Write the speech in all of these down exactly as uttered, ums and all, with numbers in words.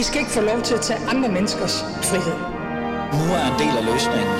skal ikke få lov til at tage andre menneskers frihed. Nu er en del af løsningen.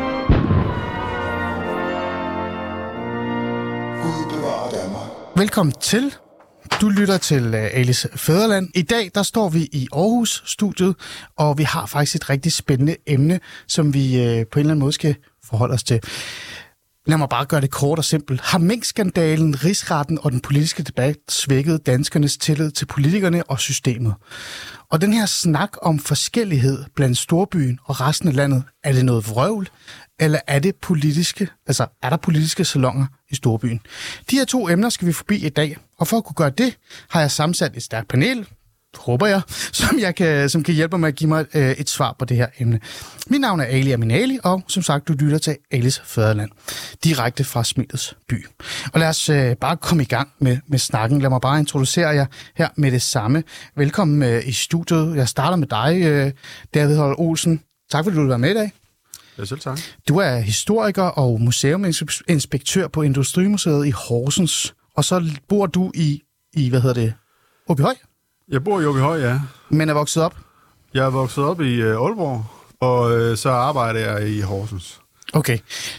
Gud bevarer Danmark. Velkommen til. Du lytter til uh, Alice Fædreland. I dag der står vi i Aarhus-studiet, og vi har faktisk et rigtig spændende emne, som vi uh, på en eller anden måde skal forholde os til. Lad mig bare gøre det kort og simpelt. Har minkskandalen, rigsretten og den politiske debat svækket danskernes tillid til politikerne og systemet? Og den her snak om forskellighed blandt storbyen og resten af landet, er det noget vrøvl? Eller er det politiske, altså er der politiske salonger i storbyen? De her to emner skal vi forbi i dag, og for at kunne gøre det, har jeg sammensat et stærkt panel, håber jeg, som, jeg kan, som kan hjælpe mig med at give mig øh, et svar på det her emne. Mit navn er Ali Aminali, og som sagt, du lytter til Alice Fædreland, direkte fra Smilets by. Og lad os øh, bare komme i gang med, med snakken. Lad mig bare introducere jer her med det samme. Velkommen øh, i studiet. Jeg starter med dig, øh, David Holger Olsen. Tak fordi du vil være med i dag. Ja, selv tak. Du er historiker og museuminspektør på Industrimuseet i Horsens, og så bor du i, i hvad hedder det, Åbyhøj? Jeg bor i Åbyhøj, ja. Men er vokset op? Jeg er vokset op i uh, Aalborg, og uh, så arbejder jeg i Horsens. Okay.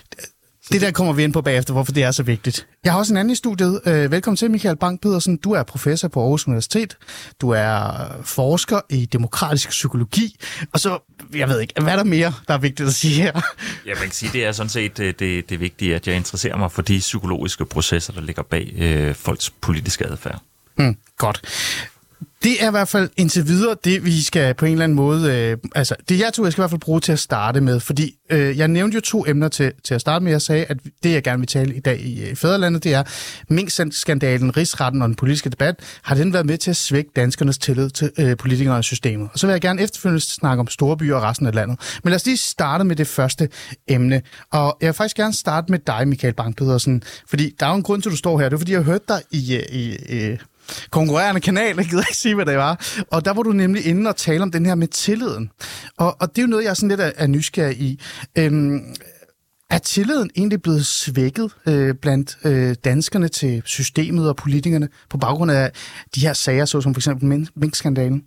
Det der kommer vi ind på bagefter, hvorfor det er så vigtigt. Jeg har også en anden i studiet. Velkommen til, Michael Bang-Pedersen. Du er professor på Aarhus Universitet. Du er forsker i demokratisk psykologi. Og så, jeg ved ikke, hvad er der mere, der er vigtigt at sige her? Ja, man kan sige, det er sådan set det, det, det vigtige, at jeg interesserer mig for de psykologiske processer, der ligger bag øh, folks politiske adfærd. Hmm, godt. Det er i hvert fald indtil videre det, vi skal på en eller anden måde... Øh, altså, det jeg tror, jeg skal i hvert fald bruge til at starte med, fordi øh, jeg nævnte jo to emner til, til at starte med. Jeg sagde, at det, jeg gerne vil tale i dag i, i Fædrelandet, det er minkskandalen, rigsretten og den politiske debat. Har den været med til at svække danskernes tillid til øh, politikere og systemet? Og så vil jeg gerne efterfølgende snakke om store byer og resten af landet. Men lad os lige starte med det første emne. Og jeg vil faktisk gerne starte med dig, Michael Bang-Pedersen, fordi der er jo en grund til, at du står her. Det er, fordi jeg hørte dig i... i, i konkurrerende kanal, jeg gider ikke sige, hvad det var. Og der var du nemlig inde og tale om den her med tilliden. Og, og det er jo noget, jeg er sådan lidt af nysgerrig i. Øhm, er tilliden egentlig blevet svækket øh, blandt øh, danskerne til systemet og politikerne på baggrund af de her sager, såsom for eksempel minkskandalen?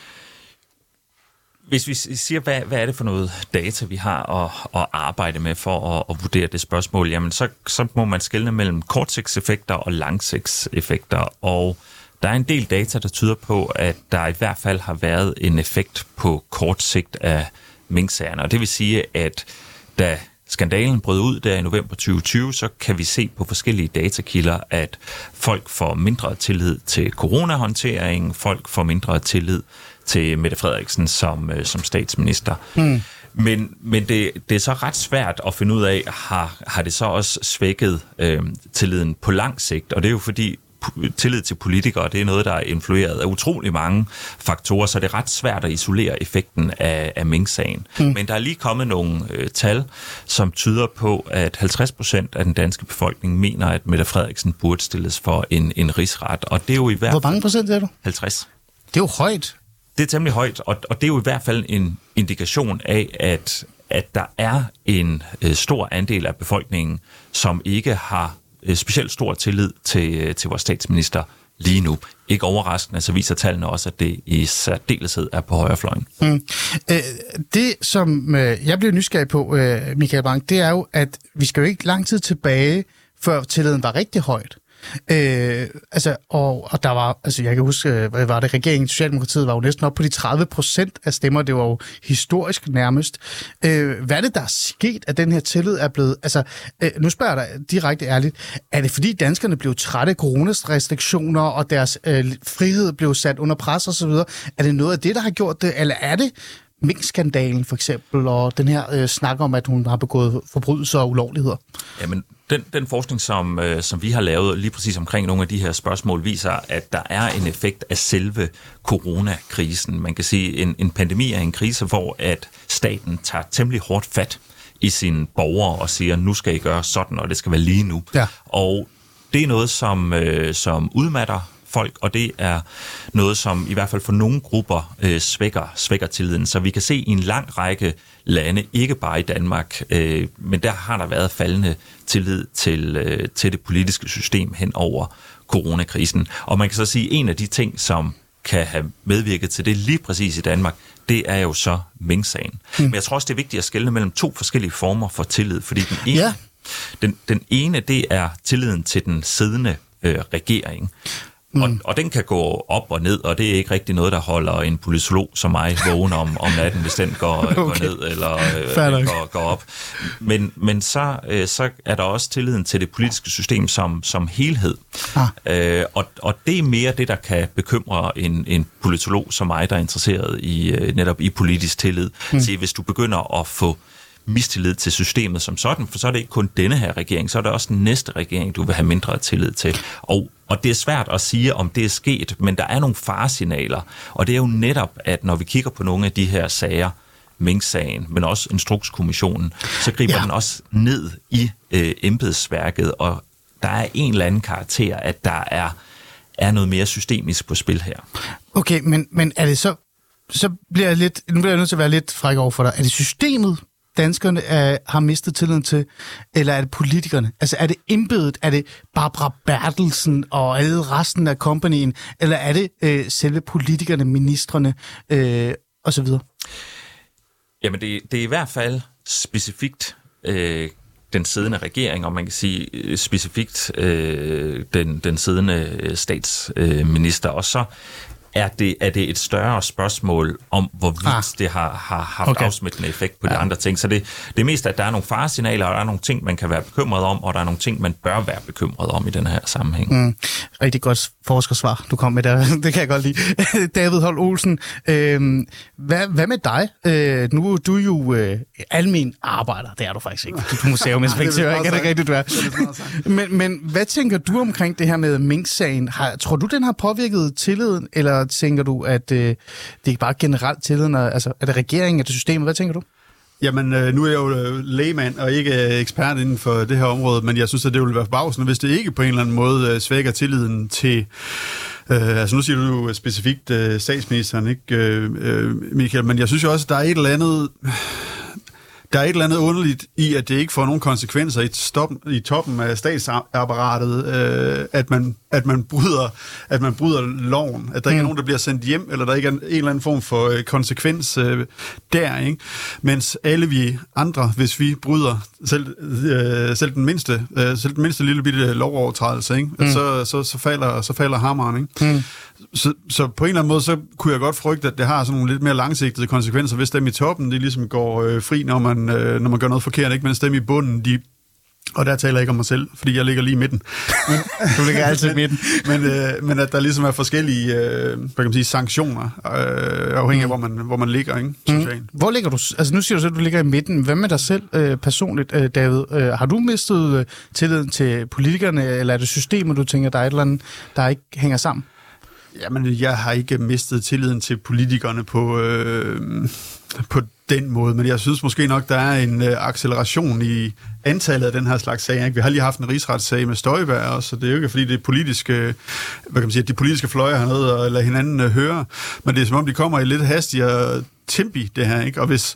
Hvis vi siger, hvad, hvad er det for noget data, vi har at, at arbejde med for at, at vurdere det spørgsmål, jamen så, så må man skelne mellem kortsigtseffekter og langsigtseffekter. Og der er en del data, der tyder på, at der i hvert fald har været en effekt på kort sigt af minksagerne. Og det vil sige, at da skandalen brød ud der i november tyve tyve, så kan vi se på forskellige datakilder, at folk får mindre tillid til coronahåndtering, folk får mindre tillid til Mette Frederiksen som, øh, som statsminister. Mm. Men, men det, det er så ret svært at finde ud af, har, har det så også svækket øh, tilliden på lang sigt? Og det er jo fordi, tillid til politikere, det er noget, der er influeret af utrolig mange faktorer, så det er ret svært at isolere effekten af, af minksagen. Mm. Men der er lige kommet nogle øh, tal, som tyder på, at halvtreds procent af den danske befolkning mener, at Mette Frederiksen burde stilles for en, en rigsret. Og det er jo i hvert fald... Hvor mange procent er du? halvtreds. Det er jo højt. Det er temmelig højt, og, og det er jo i hvert fald en indikation af, at, at der er en øh, stor andel af befolkningen, som ikke har øh, specielt stor tillid til, øh, til vores statsminister lige nu. Ikke overraskende, så viser tallene også, at det i særdeleshed er på højrefløjen. Mm. Øh, det, som øh, jeg blev nysgerrig på, øh, Michael Bang, det er jo, at vi skal jo ikke lang tid tilbage, før tilliden var rigtig højt. Øh, altså, og, og der var, altså jeg kan huske, hvad var det, regeringen, Socialdemokratiet var jo næsten op på de tredive procent af stemmer, det var jo historisk nærmest. Øh, hvad er det, der er sket, at den her tillid er blevet, altså, øh, nu spørger jeg dig direkte ærligt, er det fordi danskerne blev trætte af coronarestriktioner, og deres øh, frihed blev sat under pres og så videre? Er det noget af det, der har gjort det, eller er det minkskandalen for eksempel, og den her øh, snak om, at hun har begået forbrydelser og ulovligheder? Jamen, Den, den forskning, som, øh, som vi har lavet lige præcis omkring nogle af de her spørgsmål, viser, at der er en effekt af selve coronakrisen. Man kan sige, en, en pandemi er en krise, hvor at staten tager temmelig hårdt fat i sine borgere og siger, nu skal I gøre sådan, og det skal være lige nu. Ja. Og det er noget, som, øh, som udmatter folk, og det er noget, som i hvert fald for nogle grupper øh, svækker, svækker tilliden. Så vi kan se i en lang række lande, ikke bare i Danmark, øh, men der har der været faldende tillid til, øh, til det politiske system hen over coronakrisen. Og man kan så sige, at en af de ting, som kan have medvirket til det lige præcis i Danmark, det er jo så Mink-sagen. Mm. Men jeg tror også, det er vigtigt at skelne mellem to forskellige former for tillid, fordi den ene, ja. den, den ene det er tilliden til den siddende øh, regering. Mm. Og, og den kan gå op og ned, og det er ikke rigtig noget, der holder en politolog som mig vågen om, om natten, hvis den går, okay. går ned eller øh, går, går op. Men, men så, øh, så er der også tilliden til det politiske system som, som helhed. Ah. Øh, og, og det er mere det, der kan bekymre en, en politolog som mig, der er interesseret i øh, netop i politisk tillid. Mm. Så hvis du begynder at få mistillid til systemet som sådan, for så er det ikke kun denne her regering, så er det også den næste regering, du vil have mindre tillid til. Og, og det er svært at sige, om det er sket, men der er nogle faresignaler, og det er jo netop, at når vi kigger på nogle af de her sager, Mink-sagen, men også Instrukskommissionen, så griber ja. den også ned i øh, embedsværket, og der er en eller anden karakter, at der er, er noget mere systemisk på spil her. Okay, men, men er det så, så bliver jeg lidt, nu bliver jeg nødt til at være lidt fræk over for dig, er det systemet, danskerne er, har mistet tilliden til, eller er det politikerne? Altså er det embedet, er det Barbara Bertelsen og alle resten af kompanien, eller er det øh, selve politikerne, ministrene øh, osv.? Jamen det, det er i hvert fald specifikt øh, den siddende regering, og man kan sige øh, specifikt øh, den, den siddende statsminister, øh, og så Er det, er det et større spørgsmål om, hvorvidt ah. det har, har haft okay. afsmittende effekt på de ja. andre ting. Så det, det er mest, at der er nogle faresignaler, og der er nogle ting, man kan være bekymret om, og der er nogle ting, man bør være bekymret om i den her sammenhæng. Mm. Rigtig godt forskersvar, du kom med der. Det kan jeg godt lide. David Holt Olsen, øh, hvad, hvad med dig? Øh, nu er du jo øh, almen arbejder, det er du faktisk ikke. Du er museuminspektør, ikke? Er det rigtigt, du er? men, men hvad tænker du omkring det her med Mink-sagen? Har, tror du, den har påvirket tilliden, eller tænker du, at øh, det er bare generelt tilliden? Altså, er det regeringen, er det systemet? Hvad tænker du? Jamen, øh, nu er jeg jo øh, lægmand og ikke øh, ekspert inden for det her område, men jeg synes, at det ville være forbavsende, hvis det ikke på en eller anden måde øh, svækker tilliden til... Øh, altså, nu siger du jo specifikt øh, statsministeren, ikke, øh, øh, Michael? Men jeg synes jo også, at der er et eller andet... Der er et eller andet underligt i, at det ikke får nogen konsekvenser i, stop, i toppen af statsapparatet, øh, at, man, at, man bryder, at man bryder loven. At der mm. ikke er nogen, der bliver sendt hjem, eller der ikke er en, en eller anden form for øh, konsekvens øh, der. Ikke? Mens alle vi andre, hvis vi bryder selv, øh, selv, den, mindste, øh, selv den mindste lille bitte lovovertrædelse, ikke? Mm. Så, så, så, falder, så falder hammeren. Ikke? Mm. Så, så på en eller anden måde, så kunne jeg godt frygte, at det har sådan nogle lidt mere langsigtede konsekvenser, hvis dem i toppen, de ligesom går øh, fri, når man, øh, når man gør noget forkert, ikke? Mens dem i bunden, de... Og der taler jeg ikke om mig selv, fordi jeg ligger lige i midten. Men, du ligger altid i midten. men, øh, men at der ligesom er forskellige øh, hvad kan man sige, sanktioner, øh, afhængig af, hvor man, hvor man ligger, ikke? Socialt. Mm. Hvor ligger du? Altså nu siger du selv, at du ligger i midten. Hvad med dig selv øh, personligt, øh, David? Øh, har du mistet øh, tilliden til politikerne, eller er det systemet, du tænker, der er et eller andet, der ikke hænger sammen? Jamen, jeg har ikke mistet tilliden til politikerne på, øh, på den måde, men jeg synes måske nok, der er en øh, acceleration i antallet af den her slags sager. Ikke? Vi har lige haft en rigsretssag med Støjberg også, så det er jo ikke, fordi det er politiske, hvad kan man sige, at de politiske fløjer har noget at lade hinanden øh, høre, men det er som om, de kommer i lidt hastigere tempi, det her, ikke? Og hvis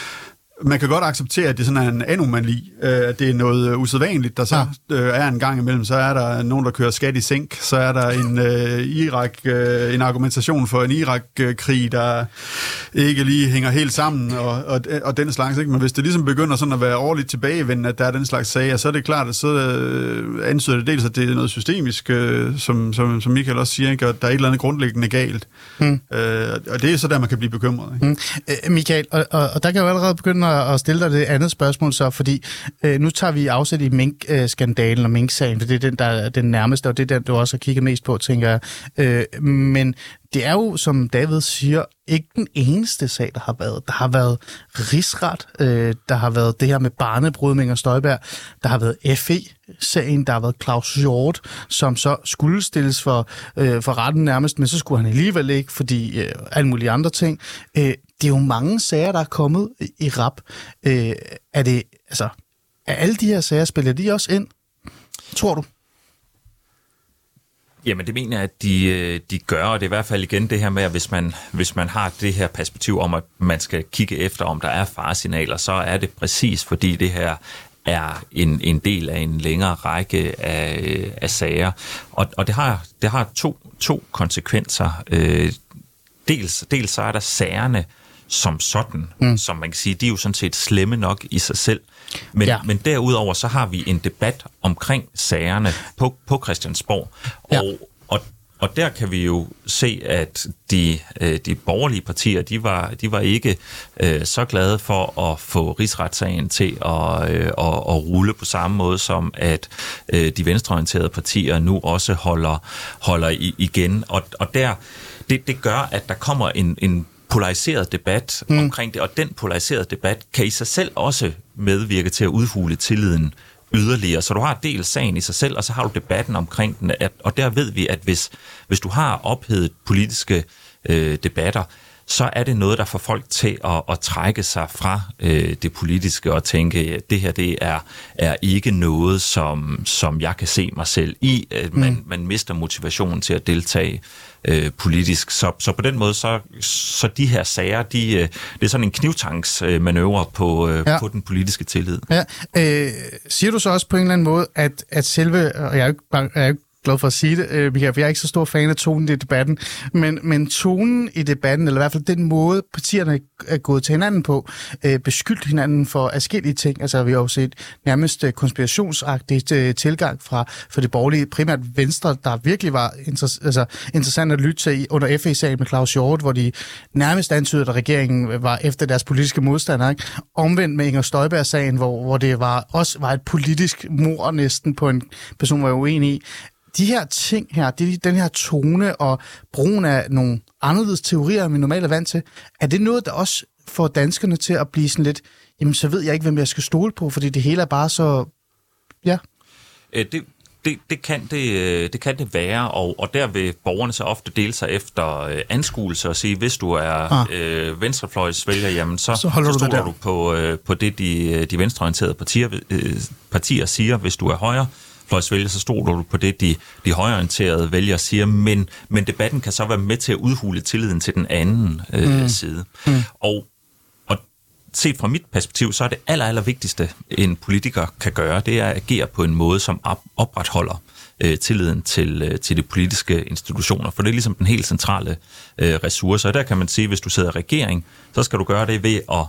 man kan godt acceptere, at det sådan er en anomali, at det er noget usædvanligt, der så ja. er en gang imellem. Så er der nogen, der kører skat i sænk. Så er der en uh, Irak, uh, en argumentation for en Irak-krig, der ikke lige hænger helt sammen, og, og, og den slags. Ikke? Men hvis det ligesom begynder sådan at være årligt tilbagevendende, at der er den slags sager, så er det klart, at så uh, antyder det dels, at det er noget systemisk, uh, som, som, som Michael også siger, ikke? Og der er et eller andet grundlæggende galt. Mm. Uh, og det er så der, man kan blive bekymret. Ikke? Mm. Uh, Michael, og, og, og der kan jo allerede begynde at stille dig det andet spørgsmål så, fordi øh, nu tager vi afsæt i Mink-skandalen og Mink-sagen, for det er den, der er den nærmeste, og det er den, du også har kigget mest på, tænker jeg. Øh, men det er jo, som David siger, ikke den eneste sag, der har været. Der har været rigsret, øh, der har været det her med barnebrud med Inger Støjberg, der har været F E-sagen, der har været Claus Hjort, som så skulle stilles for, øh, for retten nærmest, men så skulle han alligevel ikke, fordi øh, alle mulige andre ting. Øh, det er jo mange sager, der er kommet i, i rap. Øh, er det, altså, er alle de her sager, spiller de også ind? Tror du? Jamen det mener jeg, at de, de gør, og det er i hvert fald igen det her med, at hvis man, hvis man har det her perspektiv om, at man skal kigge efter, om der er faresignaler, så er det præcis fordi det her er en, en del af en længere række af, af sager. Og, og det har, det har to, to konsekvenser. Øh, dels, dels så er der sagerne som sådan, mm. som man kan sige, de er jo sådan set slemme nok i sig selv. Men, ja. men derudover så har vi en debat omkring sagerne på, på Christiansborg. Ja. Og, og, og der kan vi jo se, at de, de borgerlige partier, de var, de var ikke øh, så glade for at få rigsretssagen til at, øh, at, at rulle på samme måde, som at øh, de venstreorienterede partier nu også holder, holder i, igen. Og, og der, det, det gør, at der kommer en, en polariseret debat mm. omkring det, og den polariserede debat kan i sig selv også medvirke til at udhule tilliden yderligere. Så du har dels sagen i sig selv, og så har du debatten omkring den, at, og der ved vi, at hvis, hvis du har ophedet politiske øh, debatter, så er det noget, der får folk til at, at trække sig fra øh, det politiske og tænke, at det her det er, er ikke noget, som, som jeg kan se mig selv i. At man, mm. man mister motivationen til at deltage øh, politisk. Så, så på den måde, så, så de her sager, de, øh, det er sådan en knivtangsmanøvre på, øh, ja. på den politiske tillid. Ja. Øh, siger du så også på en eller anden måde, at, at selve, og jeg er jo ikke, jeg er jo ikke glad for at sige det, øh, Michael, for jeg er ikke så stor fan af tonen i debatten, men, men tonen i debatten, eller i hvert fald den måde, partierne er gået til hinanden på, øh, beskyldt hinanden for forskellige ting. Altså, vi har jo set nærmest konspirationsagtigt øh, tilgang fra for det borgerlige, primært Venstre, der virkelig var inter- altså, interessant at lytte til under F E-sagen med Claus Hjort, hvor de nærmest antydede, at regeringen var efter deres politiske modstandere. Ikke? Omvendt med Inger Støjberg-sagen, hvor, hvor det var også var et politisk mord næsten på en person, var uenig i. De her ting her, det, den her tone og brugen af nogle anderledes teorier, end vi normalt er vant til, er det noget, der også får danskerne til at blive sådan lidt, jamen så ved jeg ikke, hvem jeg skal stole på, fordi det hele er bare så, ja. Det, det, det, kan, det, det kan det være, og, og der vil borgerne så ofte dele sig efter anskuelse og sige, hvis du er ah. øh, venstrefløjsvælger, jamen så, så, så stoler du, du på, øh, på det, de, de venstreorienterede partier, øh, partier siger, hvis du er højre fløjsvælger, så stoler du på det, de, de højreorienterede vælgere siger, men, men debatten kan så være med til at udhule tilliden til den anden øh, mm. side. Mm. Og, og set fra mit perspektiv, så er det aller, aller vigtigste, en politiker kan gøre, det er at agere på en måde, som op, opretholder øh, tilliden til, øh, til de politiske institutioner, for det er ligesom den helt centrale øh, ressource. Og der kan man sige, hvis du sidder i regering, så skal du gøre det ved at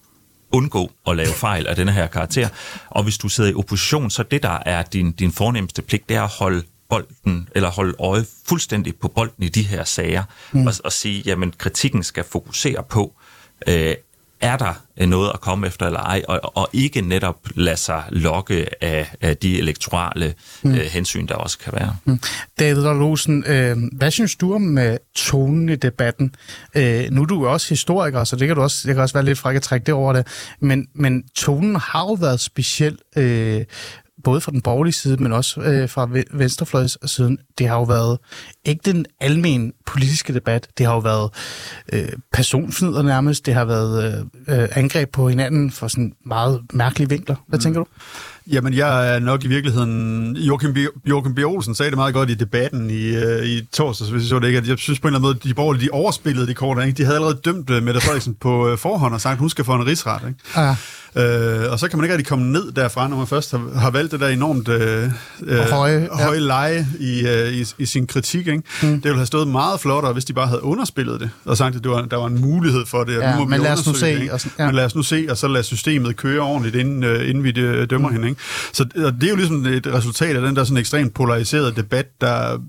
undgå at lave fejl af denne her karakter. Og hvis du sidder i opposition, så det, der er din, din fornemmeste pligt, det er at holde bolden, eller holde øje fuldstændig på bolden i de her sager, mm. og, og sige, jamen kritikken skal fokusere på, øh, er der noget at komme efter eller ej, og, og ikke netop lade sig lokke af, af de elektorale mm. øh, hensyn, der også kan være. Mm. David Olsen, øh, hvad synes du om øh, tonen i debatten? Øh, nu er du jo også historiker, så det kan du også, det kan også være lidt fræk at trække det over det, men, men tonen har jo været speciel, øh, både fra den borgerlige side, men også øh, fra venstrefløjssiden. Det har jo været ikke den almen politiske debat, det har jo været øh, personfnider nærmest, det har været øh, angreb på hinanden for sådan meget mærkelige vinkler. Hvad mm. tænker du? Jamen, jeg er nok i virkeligheden... Joachim B. Joachim B. Olsen sagde det meget godt i debatten i, uh, i torsdags, hvis jeg så det ikke, at jeg synes på en eller anden måde, de borgerlige, de overspillede de kort, ikke? De havde allerede dømt uh, Mette Frederiksen på uh, forhånd og sagt, at hun skal få en rigsret, ikke? Ja. Uh, og så kan man ikke rigtig komme ned derfra, når man først har, har valgt det der enormt uh, uh, høje, høje ja. leje i, uh, i, i sin kritik, ikke? Mm. Det ville have stået meget flottere, hvis de bare havde underspillet det, og sagt, at det var, der var en mulighed for det, og ja, nu må men vi lad os nu se. Det, og sådan, ja. Men lad os nu se, og så lad systemet køre ordentligt, inden, uh, inden vi det, dømmer mm. hende, ikke? Så det er jo ligesom et resultat af den der sådan ekstremt polariserede debat, der,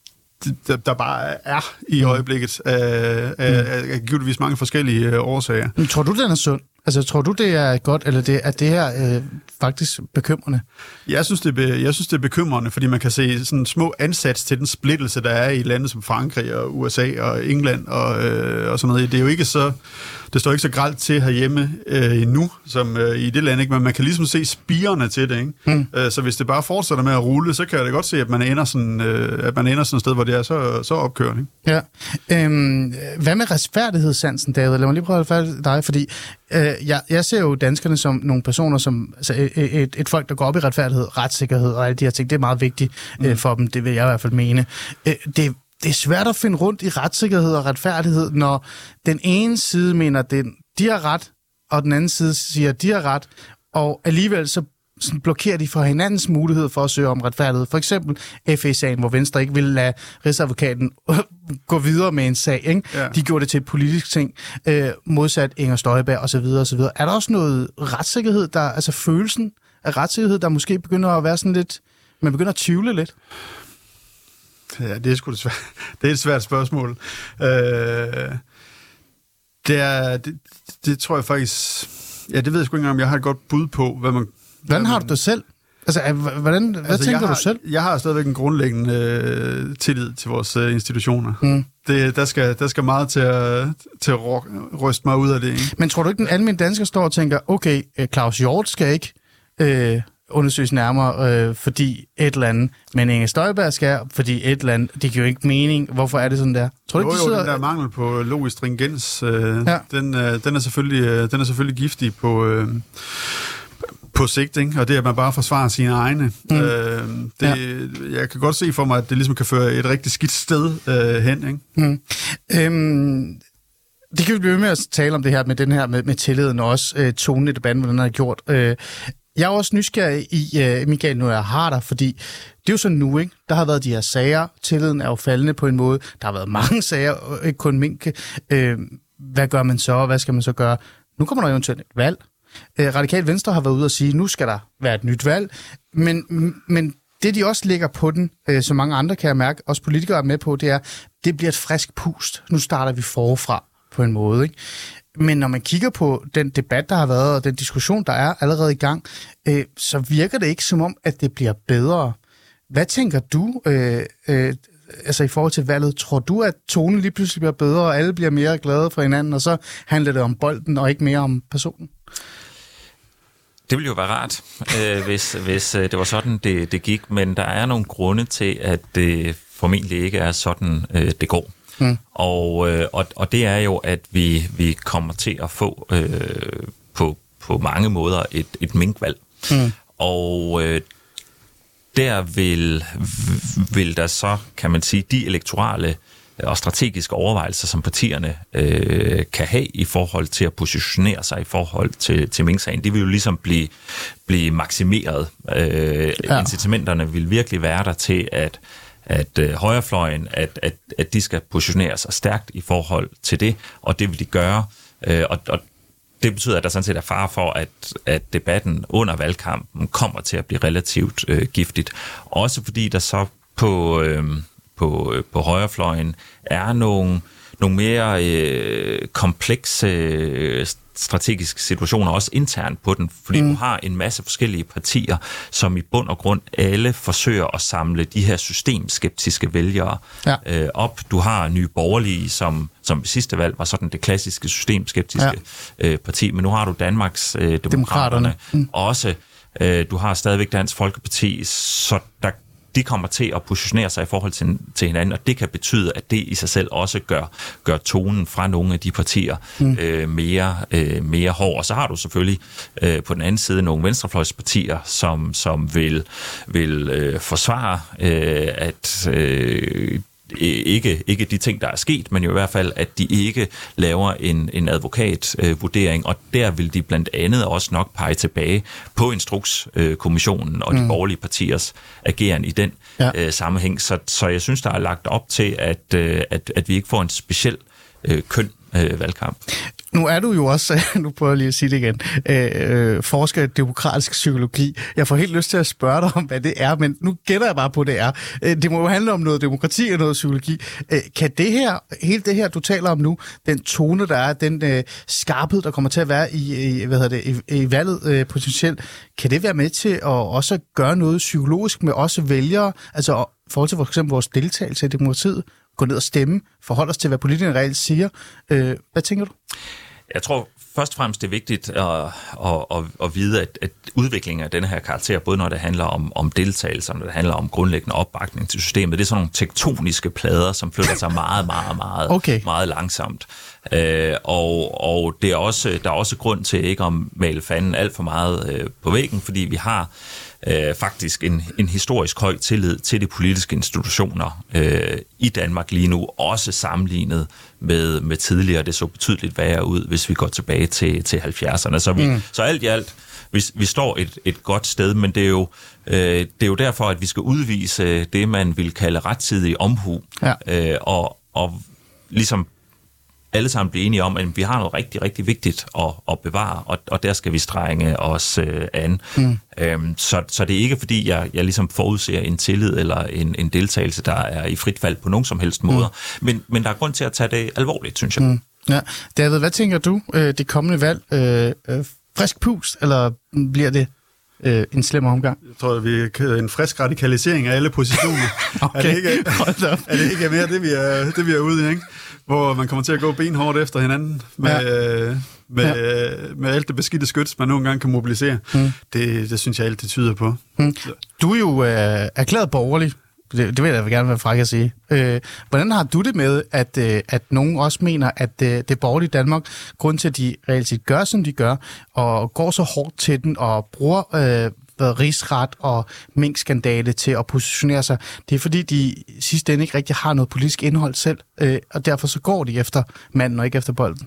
der, der bare er i øjeblikket af, af, af, af givetvis mange forskellige årsager. Men tror du, den er sund? Altså, tror du, det er godt, eller det, er det her øh, faktisk bekymrende? Jeg synes, det er, be, jeg synes, det er bekymrende, fordi man kan se sådan små ansats til den splittelse, der er i lande som Frankrig og U S A og England og, øh, og sådan noget. Det er jo ikke så... Det står ikke så grelt til herhjemme øh, endnu, som øh, i det land, ikke? Men man kan ligesom se spirene til det, ikke? Mm. Øh, så hvis det bare fortsætter med at rulle, så kan jeg da godt se, at man ender sådan, øh, at man ender sådan et sted, hvor det er så, så opkørende. Ja. Øhm, hvad med retfærdighedssansen, David? Lad mig lige prøve at færdige dig, fordi øh, jeg, jeg ser jo danskerne som nogle personer, som altså et, et, et folk, der går op i retfærdighed, retssikkerhed og alle de her ting. Det er meget vigtigt øh, mm. for dem, det vil jeg i hvert fald mene. Øh, det Det er svært at finde rundt i retssikkerhed og retfærdighed, når den ene side mener, at de har ret, og den anden side siger, at de har ret, og alligevel så, sådan blokerer de for hinandens mulighed for at søge om retfærdighed. For eksempel F E-sagen, hvor Venstre ikke ville lade Rigsadvokaten gå videre med en sag. Ikke? Ja. De gjorde det til et politisk ting, øh, modsat Inger Støjberg osv. osv. Er der også noget retssikkerhed, der, altså følelsen af retssikkerhed, der måske begynder at være sådan lidt, man begynder at tvivle lidt? Ja, det er sgu det svært. Det er et svært spørgsmål. Øh, det, er, det, det tror jeg faktisk... Ja, det ved jeg sgu ikke engang, om jeg har et godt bud på, hvad man... Hvordan har du det selv? Altså, hvordan, hvad altså, tænker har, du selv? Jeg har stadigvæk en grundlæggende øh, tillid til vores øh, institutioner. Mm. Det, der, skal, der skal meget til at, til at ryste mig ud af det. Ikke? Men tror du ikke, den almindelige dansker står og tænker, okay, Claus Hjort skal ikke øh, undersøges nærmere, øh, fordi et eller andet, men Inger Støjberg skal, fordi et eller andet, det giver jo ikke mening. Hvorfor er det sådan der? Tror du jo, ikke, jo, sidder... den der mangel på logisk stringens, øh, ja. den, øh, den, er selvfølgelig, øh, den er selvfølgelig giftig på... Øh, på sigt, ikke? Og det er, at man bare forsvarer sine egne. Mm. Øh, det, ja. Jeg kan godt se for mig, at det ligesom kan føre et rigtig skidt sted øh, hen. Ikke? Mm. Øhm, det kan vi blive med at tale om det her med den her med, med tilliden og også øh, tonen i debatten, hvordan den har gjort. Øh, jeg er også nysgerrig i, øh, Michael, nu jeg har dig, fordi det er jo sådan nu, ikke? Der har været de her sager. Tilliden er jo faldende på en måde. Der har været mange sager, ikke kun minke. Øh, hvad gør man så? Hvad skal man så gøre? Nu kommer der eventuelt et valg. Radikal Venstre har været ude og sige, nu skal der være et nyt valg, men, men det de også lægger på den, som mange andre kan jeg mærke, også politikere er med på, det er, det bliver et frisk pust. Nu starter vi forfra på en måde. Ikke? Men når man kigger på den debat, der har været, og den diskussion, der er allerede i gang, øh, så virker det ikke som om, at det bliver bedre. Hvad tænker du, øh, øh, altså i forhold til valget? Tror du, at tonen lige pludselig bliver bedre, og alle bliver mere glade for hinanden, og så handler det om bolden, og ikke mere om personen? Det ville jo være rart, øh, hvis, hvis øh, det var sådan, det, det gik, men der er nogle grunde til, at det formentlig ikke er sådan, øh, det går. Mm. Og, øh, og, og det er jo, at vi, vi kommer til at få øh, på, på mange måder et, et minkvalg. Mm. Og øh, der vil, vil der så, kan man sige, de elektorale og strategiske overvejelser, som partierne øh, kan have i forhold til at positionere sig i forhold til, til minksagen, de vil jo ligesom blive, blive maksimeret. Øh, ja. Incitamenterne vil virkelig være der til, at, at øh, højrefløjen, at, at, at de skal positionere sig stærkt i forhold til det, og det vil de gøre. Øh, og, og det betyder, at der sådan set er fare for, at, at debatten under valgkampen kommer til at blive relativt øh, giftigt. Også fordi der så på... Øh, På, på højrefløjen er nogle, nogle mere øh, komplekse øh, strategiske situationer, også internt på den, fordi mm. du har en masse forskellige partier, som i bund og grund alle forsøger at samle de her systemskeptiske vælgere ja. øh, op. Du har Nye Borgerlige, som, som ved sidste valg var sådan det klassiske systemskeptiske ja. øh, parti, men nu har du Danmarks øh, Demokraterne mm. også. Øh, du har stadigvæk Dansk Folkeparti, så der de kommer til at positionere sig i forhold til, til hinanden, og det kan betyde, at det i sig selv også gør, gør tonen fra nogle af de partier mm. øh, mere, øh, mere hård. Og så har du selvfølgelig øh, på den anden side nogle venstrefløjspartier, som, som vil, vil øh, forsvare, øh, at øh, Ikke, ikke de ting, der er sket, men jo i hvert fald, at de ikke laver en, en advokatvurdering, øh, og der vil de blandt andet også nok pege tilbage på Instrukskommissionen øh, og de mm. borgerlige partiers ageren i den ja. øh, sammenhæng. Så, så jeg synes, der er lagt op til, at, øh, at, at vi ikke får en speciel øh, køn øh, valgkamp. Nu er du jo også, nu prøver jeg lige at sige det igen, øh, forsker i demokratisk psykologi. Jeg får helt lyst til at spørge dig om, hvad det er, men nu gætter jeg bare på, det er. Det må jo handle om noget demokrati og noget psykologi. Kan det her, hele det her, du taler om nu, den tone, der er, den øh, skarphed, der kommer til at være i, i, hvad hedder det, i, i valget øh, potentielt, kan det være med til at også gøre noget psykologisk med også vælgere, altså i forhold til for eksempel vores deltagelse i demokratiet, gå ned og stemme, forholde os til, hvad politikerne reelt siger. Øh, hvad tænker du? Jeg tror først og fremmest, det er vigtigt at, at, at, at vide, at, at udviklingen af denne her karakter, både når det handler om, om deltagelse, når det handler om grundlæggende opbakning til systemet, det er sådan nogle tektoniske plader, som flytter sig meget, meget, meget, okay. meget langsomt. Øh, og og det er også, der er også grund til ikke at male fanden alt for meget øh, på væggen, fordi vi har øh, faktisk en, en historisk høj tillid til de politiske institutioner øh, i Danmark lige nu, også sammenlignet med, med tidligere. Det så betydeligt værre ud, hvis vi går tilbage til, til halvfjerdserne. Så, vi, mm. så alt i alt, vi, vi står et, et godt sted, men det er, jo, øh, det er jo derfor, at vi skal udvise det, man vil kalde rettidig omhu, ja. øh, og, og ligesom alle sammen blive enige om, at vi har noget rigtig, rigtig vigtigt at, at bevare, og, og der skal vi strenge os øh, an. Mm. Øhm, så, så det er ikke, fordi jeg, jeg ligesom forudser en tillid eller en, en deltagelse, der er i frit fald på nogen som helst måder. Mm. Men, men der er grund til at tage det alvorligt, synes jeg. Mm. Ja. David, hvad tænker du, øh, det kommende valg? Øh, øh, frisk pust, eller bliver det øh, en slem omgang? Jeg tror, at vi er en frisk radikalisering af alle positioner. Okay. Er det ikke, er det ikke mere det, vi er, det, vi er ude i, ikke? Hvor man kommer til at gå benhårdt efter hinanden med, ja. med, ja. med alt det beskidte skyts, man nogle gange kan mobilisere. Mm. Det, det synes jeg alt det tyder på. Mm. Du er jo øh, erklæret borgerlig. Det, det vil jeg gerne være fræk at sige. Øh, hvordan har du det med, at, øh, at nogen også mener, at øh, det borgerlige Danmark, grund til, at de reelt set gør, som de gør, og går så hårdt til den, og bruger øh, rigsret og minkskandale til at positionere sig, det er fordi, de sidste ende ikke rigtig har noget politisk indhold selv, øh, og derfor så går de efter manden og ikke efter bolden.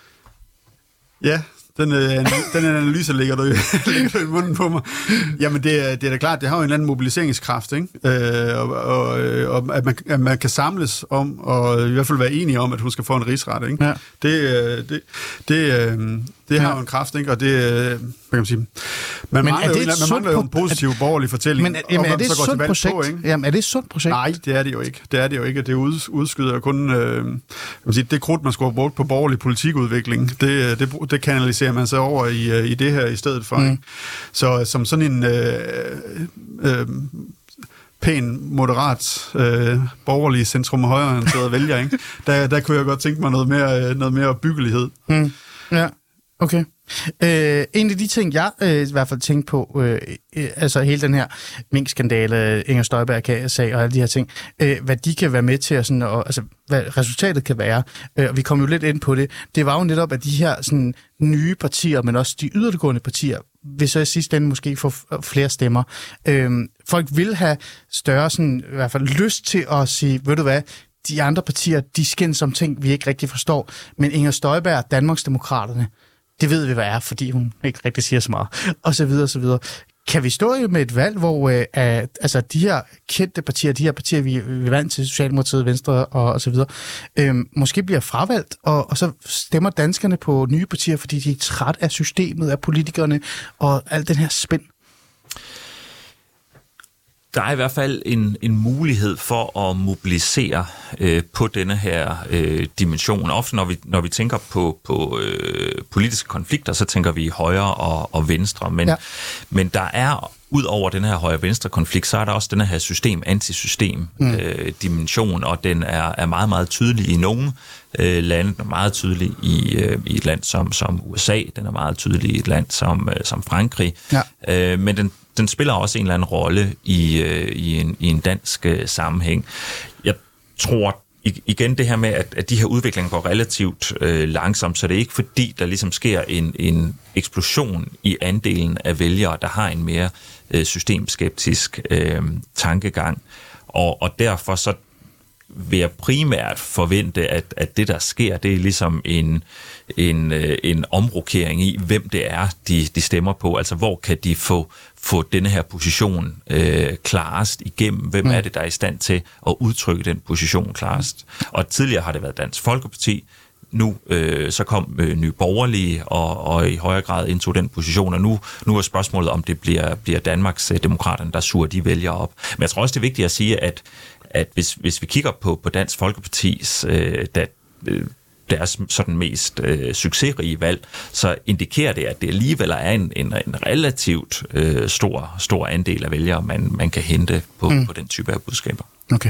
Ja, den, øh, den analyse ligger du, ligger du i munden på mig. Jamen, det er, det er da klart, det har jo en eller anden mobiliseringskraft, ikke? Øh, og, og, og at, man, at man kan samles om, og i hvert fald være enige om, at hun skal få en rigsret, ikke? Ja. Det, det, det, det har ja. jo en kraft, ikke? Og det, hvad kan man sige, man men mangler, jo, en, man mangler jo en positiv at, borgerlig fortælling, men, jamen, om, er det et sundt projekt? På, ikke? Jamen, er det et sundt projekt? Nej, det er det jo ikke. Det er det jo ikke. Det udskyder kun, øh, man sige, det krudt, man skulle have brugt på borgerlig politikudvikling, det, det, det kanaliserer man sig over i, i det her i stedet for. Mm. Ikke? Så som sådan en øh, øh, pæn, moderat, øh, borgerlig centrum og højreorienteret vælger, ikke? Der, der kunne jeg godt tænke mig noget mere, noget mere byggelighed. Mm. Ja, okay. Øh, en af de ting, jeg øh, i hvert fald tænkte på, øh, øh, altså hele den her minkskandale, Inger Støjberg-sag og alle de her ting, øh, hvad de kan være med til, og sådan, og, altså hvad resultatet kan være, øh, og vi kom jo lidt ind på det, det var jo netop, at de her sådan, nye partier, men også de yderliggående partier, vil så i sidste ende måske få flere stemmer. Øh, folk vil have større, sådan, i hvert fald lyst til at sige, ved du hvad, de andre partier, de skændes om ting, vi ikke rigtig forstår, men Inger Støjberg, Danmarksdemokraterne, det ved vi, hvad er, fordi hun ikke rigtig siger så meget, og så videre, og så videre. Kan vi stå med et valg, hvor øh, altså, de her kendte partier, de her partier, vi, vi er vant til, Socialdemokratiet, Venstre og, og så videre, øh, måske bliver fravalgt, og, og så stemmer danskerne på nye partier, fordi de er træt af systemet, af politikerne, og al den her spænd? Der er i hvert fald en, en mulighed for at mobilisere øh, på denne her øh, dimension. Ofte når vi, når vi tænker på, på øh, politiske konflikter, så tænker vi højre og, og venstre. Men, ja. men der er, ud over den her højre-venstre konflikt, så er der også den her system-antisystem mm. øh, dimension, og den er, er meget, meget tydelig i nogle øh, lande. Den er meget tydelig i, øh, i et land som, som U S A. Den er meget tydelig i et land som, øh, som Frankrig. Ja. Øh, men den Den spiller også en eller anden rolle i, øh, i, en, i en dansk øh, sammenhæng. Jeg tror igen det her med, at, at de her udviklinger går relativt øh, langsomt, så det er ikke fordi, der ligesom sker en, en eksplosion i andelen af vælgere, der har en mere øh, systemskeptisk øh, tankegang. Og, og derfor så vil jeg primært forvente, at, at det, der sker, det er ligesom en, en, en omrokering i, hvem det er, de, de stemmer på. Altså, hvor kan de få, få denne her position øh, klarest igennem? Hvem mm. er det, der er i stand til at udtrykke den position klarest? Og tidligere har det været Dansk Folkeparti. Nu øh, så kom øh, Nye Borgerlige og, og i højere grad indtog den position, og nu, nu er spørgsmålet, om det bliver, bliver Danmarks øh, Demokraterne, der suger de vælgere op. Men jeg tror også, det er vigtigt at sige, at at hvis, hvis vi kigger på, på Dansk Folkepartis øh, da, øh, deres sådan mest øh, succesrige valg, så indikerer det, at det alligevel er en, en, en relativt øh, stor, stor andel af vælgere, man, man kan hente på, mm. på den type af budskaber. Okay.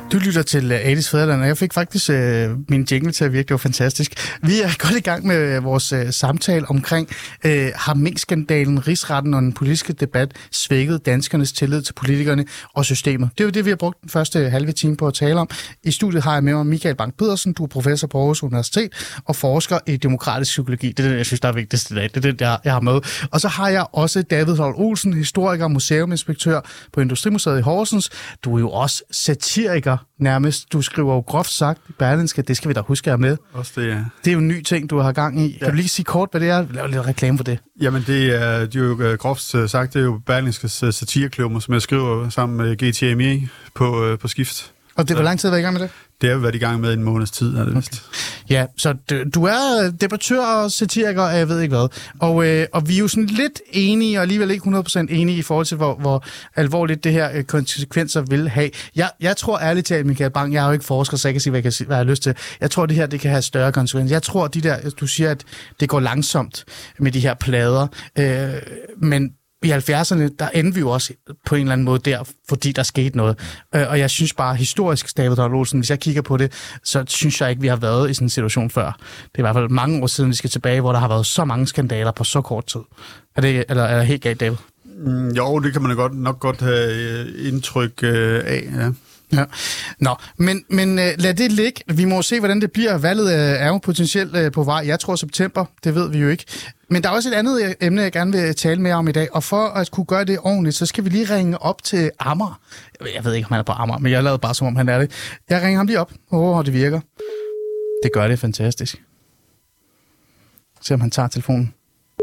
Du lytter til Alis Fædreland, og jeg fik faktisk øh, min jingle til at virke. Det var fantastisk. Vi er godt i gang med vores øh, samtale omkring, øh, har minkskandalen, rigsretten og den politiske debat svækket danskernes tillid til politikerne og systemet? Det er jo det, vi har brugt den første halve time på at tale om. I studiet har jeg med mig Michael Bang Pedersen. Du er professor på Aarhus Universitet og forsker i demokratisk psykologi. Det er det, jeg synes, der er vigtigst i dag. Det er det, jeg har med. Og så har jeg også David Holt Olsen, historiker og museuminspektør på Industrimuseet i Horsens. Du er jo også satiriker nærmest. Du skriver jo groft sagt i Berlingske, det skal vi da huske at med. Også det, ja. Det er jo en ny ting, du har gang i. Ja. Kan du lige sige kort, hvad det er? Lav lidt reklame for det. Jamen, det er, det er jo groft sagt, det er jo Berlingskes satireklubber, som jeg skriver sammen med G T M E på, på skift. Og det, hvor lang tid har du været i gang med det? Det har vi været i gang med en måneds tid, er det vist. Okay. Ja, så du er debattør og satiriker, og jeg ved ikke hvad. Og, øh, og vi er jo sådan lidt enige, og alligevel ikke hundrede procent enige i forhold til, hvor, hvor alvorligt det her øh, konsekvenser vil have. Jeg, jeg tror ærligt talt, Michael Bang, jeg er jo ikke forsker, så jeg kan sige, hvad jeg, kan, hvad jeg har lyst til. Jeg tror, det her det kan have større konsekvenser. Jeg tror, de der, du siger, at det går langsomt med de her plader, øh, men i halvfjerdserne, der endte vi jo også på en eller anden måde der, fordi der skete noget. Øh, og jeg synes bare, historisk, David Holt Olsen, hvis jeg kigger på det, så synes jeg ikke, vi har været i sådan en situation før. Det er i hvert fald mange år siden, vi skal tilbage, hvor der har været så mange skandaler på så kort tid. Er det, eller er det helt galt, David? Mm, jo, det kan man godt, nok godt have indtryk øh, af, ja. Ja. Nå, men, men uh, lad det ligge. Vi må se, hvordan det bliver. Valget uh, er jo potentielt uh, på vej. Jeg tror september, det ved vi jo ikke. Men der er også et andet emne, jeg gerne vil tale med om i dag. Og for at kunne gøre det ordentligt, så skal vi lige ringe op til Amager. Jeg ved ikke, om han er på Amager, men jeg lavede bare, som om han er det. Jeg ringer ham lige op og håber, det virker. Det gør det fantastisk. Se, om han tager telefonen.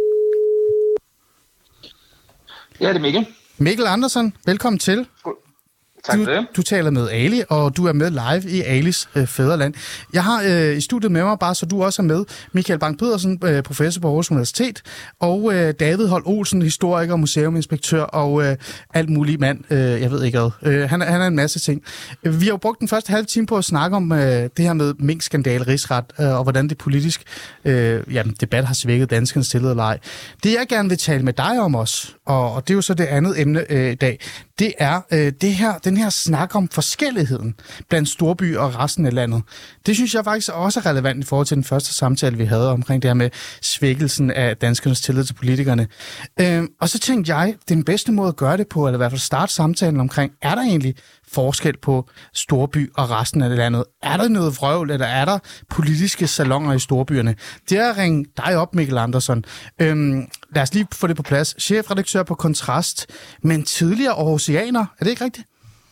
Ja, det er Mikkel. Mikkel Andersen, velkommen til. Tak du, for det. Du taler med Ali, og du er med live i Alis øh, Fædreland. Jeg har øh, i studiet med mig, bare så du også er med, Michael Bang Pedersen, øh, professor på Aarhus Universitet, og øh, David Holt Olsen, historiker, museuminspektør og øh, alt muligt mand. Øh, jeg ved ikke hvad. Øh, han, han er en masse ting. Vi har jo brugt den første halve time på at snakke om øh, det her med minkskandale, rigsret, øh, og hvordan det politisk øh, jamen, debat har svækket danskernes tillid eller ej. Det jeg gerne vil tale med dig om også, og, og det er jo så det andet emne øh, i dag, det er øh, det her, den her snak om forskelligheden blandt storby og resten af landet. Det synes jeg faktisk også er relevant i forhold til den første samtale, vi havde omkring det her med svækkelsen af danskernes tillid til politikerne. Øh, og så tænkte jeg, den bedste måde at gøre det på, eller i hvert fald starte samtalen omkring, er der egentlig forskel på storby og resten af landet? Er der noget vrøvl, eller er der politiske salonger i storbyerne? Det er at ringe dig op, Mikkel Andersen. Øhm, lad os lige få det på plads. Chefredaktør på Kontrast, men tidligere aarhusianer. Er det ikke rigtigt?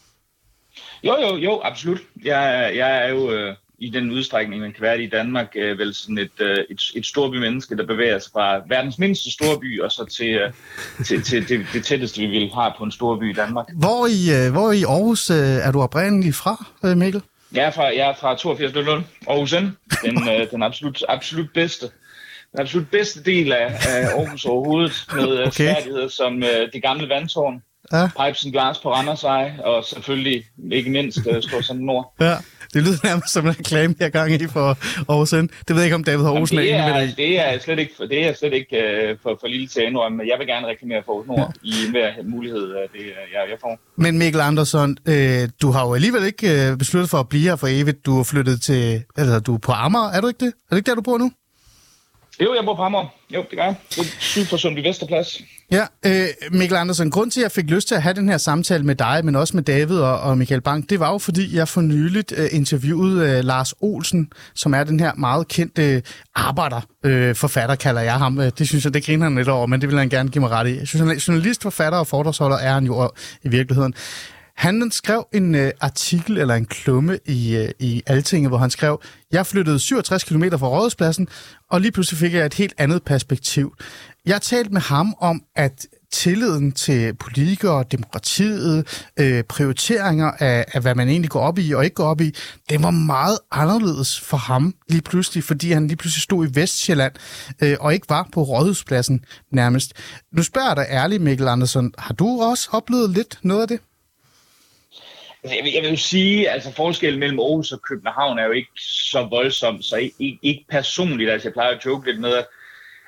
Jo, jo, jo, absolut. Jeg, jeg er jo øh, i den udstrækning, man kan være i Danmark, øh, vel sådan et, øh, et, et storbymenneske, der bevæger sig fra verdens mindste storby, og så til, øh, til, til det, det tætteste, vi vil have på en storby i Danmark. Hvor i, øh, hvor i Aarhus øh, er du oprindeligt fra, øh, Mikkel? Jeg er fra, jeg er fra toogfirs nul nul, Aarhus N, den, øh, den absolut, absolut bedste. Den absolut bedste del af, af Aarhus overhovedet, med okay. Færdigheder som øh, det gamle vandtårn, ja. Pipes and Glass på Randersvej, og selvfølgelig ikke mindst uh, Storcenter Nord. Ja, det lyder nærmest som en reklame, jeg gang i for Aarhus N. Det ved jeg ikke, om David Olsen er enig med dig. Det er slet ikke, det er slet ikke uh, for, for lille til endnu, men jeg vil gerne reklamere for Aarhus Nord ja. I hver mulighed, uh, det jeg, jeg får. Men Mikkel Andersen, øh, du har jo alligevel ikke øh, besluttet for at blive her for evigt. Du er flyttet til, eller du er på Amager, er du ikke det? Er det ikke der, du bor nu? Jo, jeg bor på Amager. Jo, det gør jeg. Det er syd for Sundby Vesterplads. Ja, øh, Mikkel Andersen, grund til, at jeg fik lyst til at have den her samtale med dig, men også med David og, og Michael Bang, det var jo, fordi jeg for nyligt øh, interviewede øh, Lars Olsen, som er den her meget kendte øh, arbejderforfatter, øh, kalder jeg ham. Det synes jeg, det griner han lidt over, men det vil han gerne give mig ret i. Jeg synes, journalist, forfatter og foredragsholder er han jo i virkeligheden. Han skrev en øh, artikel eller en klumme i, øh, i Altinget, hvor han skrev, jeg flyttede syvogtres kilometer fra Rådhuspladsen, og lige pludselig fik jeg et helt andet perspektiv. Jeg talte med ham om, at tilliden til politikere, demokratiet, øh, prioriteringer af, af, hvad man egentlig går op i og ikke går op i, det var meget anderledes for ham lige pludselig, fordi han lige pludselig stod i Vestsjælland øh, og ikke var på Rådhuspladsen nærmest. Nu spørger jeg dig ærligt, Mikkel Andersen, har du også oplevet lidt noget af det? Jeg vil, jeg vil jo sige, altså forskellen mellem Aarhus og København er jo ikke så voldsom, så ikke, ikke personligt, altså jeg plejer at joke lidt med, at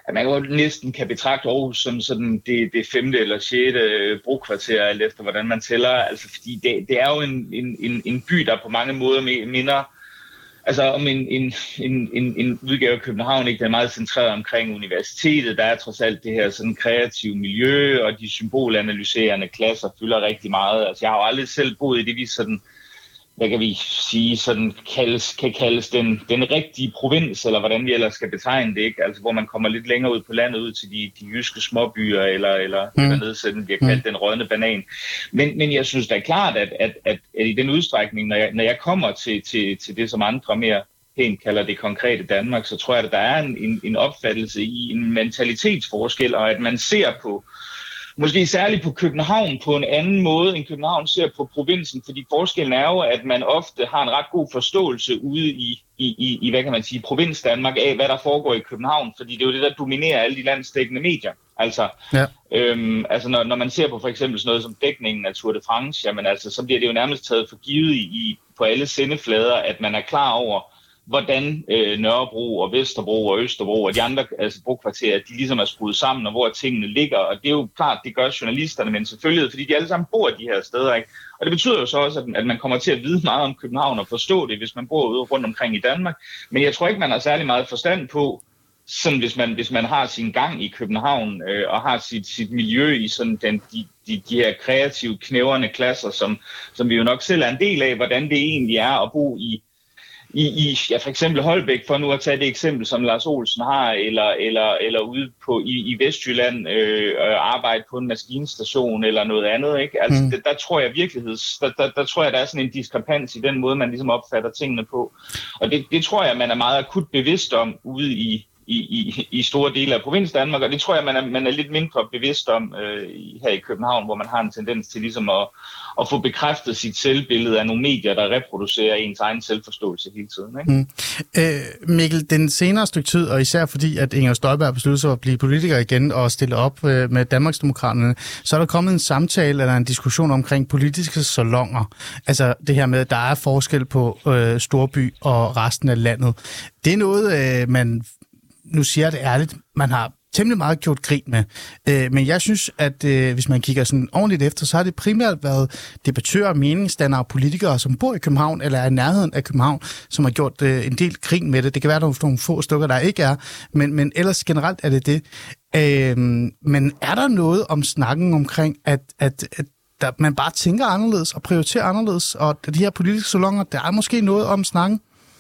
at man jo næsten kan betragte Aarhus som sådan det, det femte eller sjette brokvarter, alt efter hvordan man tæller. Altså, fordi det, det er jo en, en, en by, der på mange måder minder altså om en, en, en, en, en udgave af København, ikke? Der er meget centreret omkring universitetet. Der er trods alt det her sådan kreative miljø, og de symbolanalyserende klasser fylder rigtig meget. Altså, jeg har jo aldrig selv boet i det, vi sådan, hvad kan vi sige, sådan kaldes, kan kaldes den, den rigtige provins, eller hvordan vi ellers skal betegne det, ikke? Altså, hvor man kommer lidt længere ud på landet, ud til de, de jyske småbyer, eller, eller mm. dernede, så den bliver kaldt mm. den rådne banan. Men, men jeg synes da klart, at, at, at, at i den udstrækning, når jeg, når jeg kommer til, til, til det, som andre mere pænt kalder det konkrete Danmark, så tror jeg, at der er en, en, en opfattelse i en mentalitetsforskel, og at man ser på måske særligt på København på en anden måde, end København ser på provinsen, fordi forskellen er jo, at man ofte har en ret god forståelse ude i, i, i, i hvad kan man sige, provins Danmark af, hvad der foregår i København, fordi det er jo det, der dominerer alle de landsdækkende medier. Altså, ja. øhm, altså når, når man ser på for eksempel sådan noget som dækningen af Tour de France, jamen altså, så bliver det jo nærmest taget for givet i, i, på alle sendeflader, at man er klar over, hvordan øh, Nørrebro og Vesterbro og Østerbro og de andre altså brokvarterer, de ligesom er skruet sammen, og hvor tingene ligger. Og det er jo klart, det gør journalisterne, men selvfølgelig, fordi de alle sammen bor de her steder, ikke? Og det betyder jo så også, at man kommer til at vide meget om København og forstå det, hvis man bor ude rundt omkring i Danmark. Men jeg tror ikke, man har særlig meget forstand på, sådan hvis man, hvis man har sin gang i København øh, og har sit, sit miljø i sådan den, de, de, de her kreative, knævrende klasser, som, som vi jo nok selv er en del af, hvordan det egentlig er at bo i I, i ja, for eksempel Holbæk, for nu at tage det eksempel, som Lars Olsen har, eller, eller, eller ude på, i, i Vestjylland øh, arbejde på en maskinstation eller noget andet. Ikke? Altså, mm. det, der tror jeg virkeligheds, der, der, der tror jeg, der er sådan en diskrepans i den måde, man ligesom opfatter tingene på. Og det, det tror jeg, man er meget akut bevidst om ude i, i, i, i store dele af provins Danmark, og det tror jeg, man er, man er lidt mindre bevidst om øh, her i København, hvor man har en tendens til ligesom at at få bekræftet sit selvbillede af nogle medier, der reproducerer ens egen selvforståelse hele tiden. Ikke? Mm. Øh, Mikkel, den senere stykke tid, og især fordi, at Inger Støjberg besluttede sig at blive politiker igen og stille op øh, med Danmarksdemokraterne, så er der kommet en samtale eller en diskussion omkring politiske salonger. Altså det her med, at der er forskel på øh, storby og resten af landet. Det er noget, øh, man, nu siger jeg det ærligt, man har temmelig meget gjort grin med. Øh, men jeg synes, at øh, hvis man kigger sådan ordentligt efter, så har det primært været debattører, meningsdannere og politikere, som bor i København eller er i nærheden af København, som har gjort øh, en del grin med det. Det kan være, der er nogle få stykker, der ikke er, men, men ellers generelt er det det. Øh, men er der noget om snakken omkring, at, at, at der, man bare tænker anderledes og prioriterer anderledes, og de her politiske salonger, der er måske noget om snakken?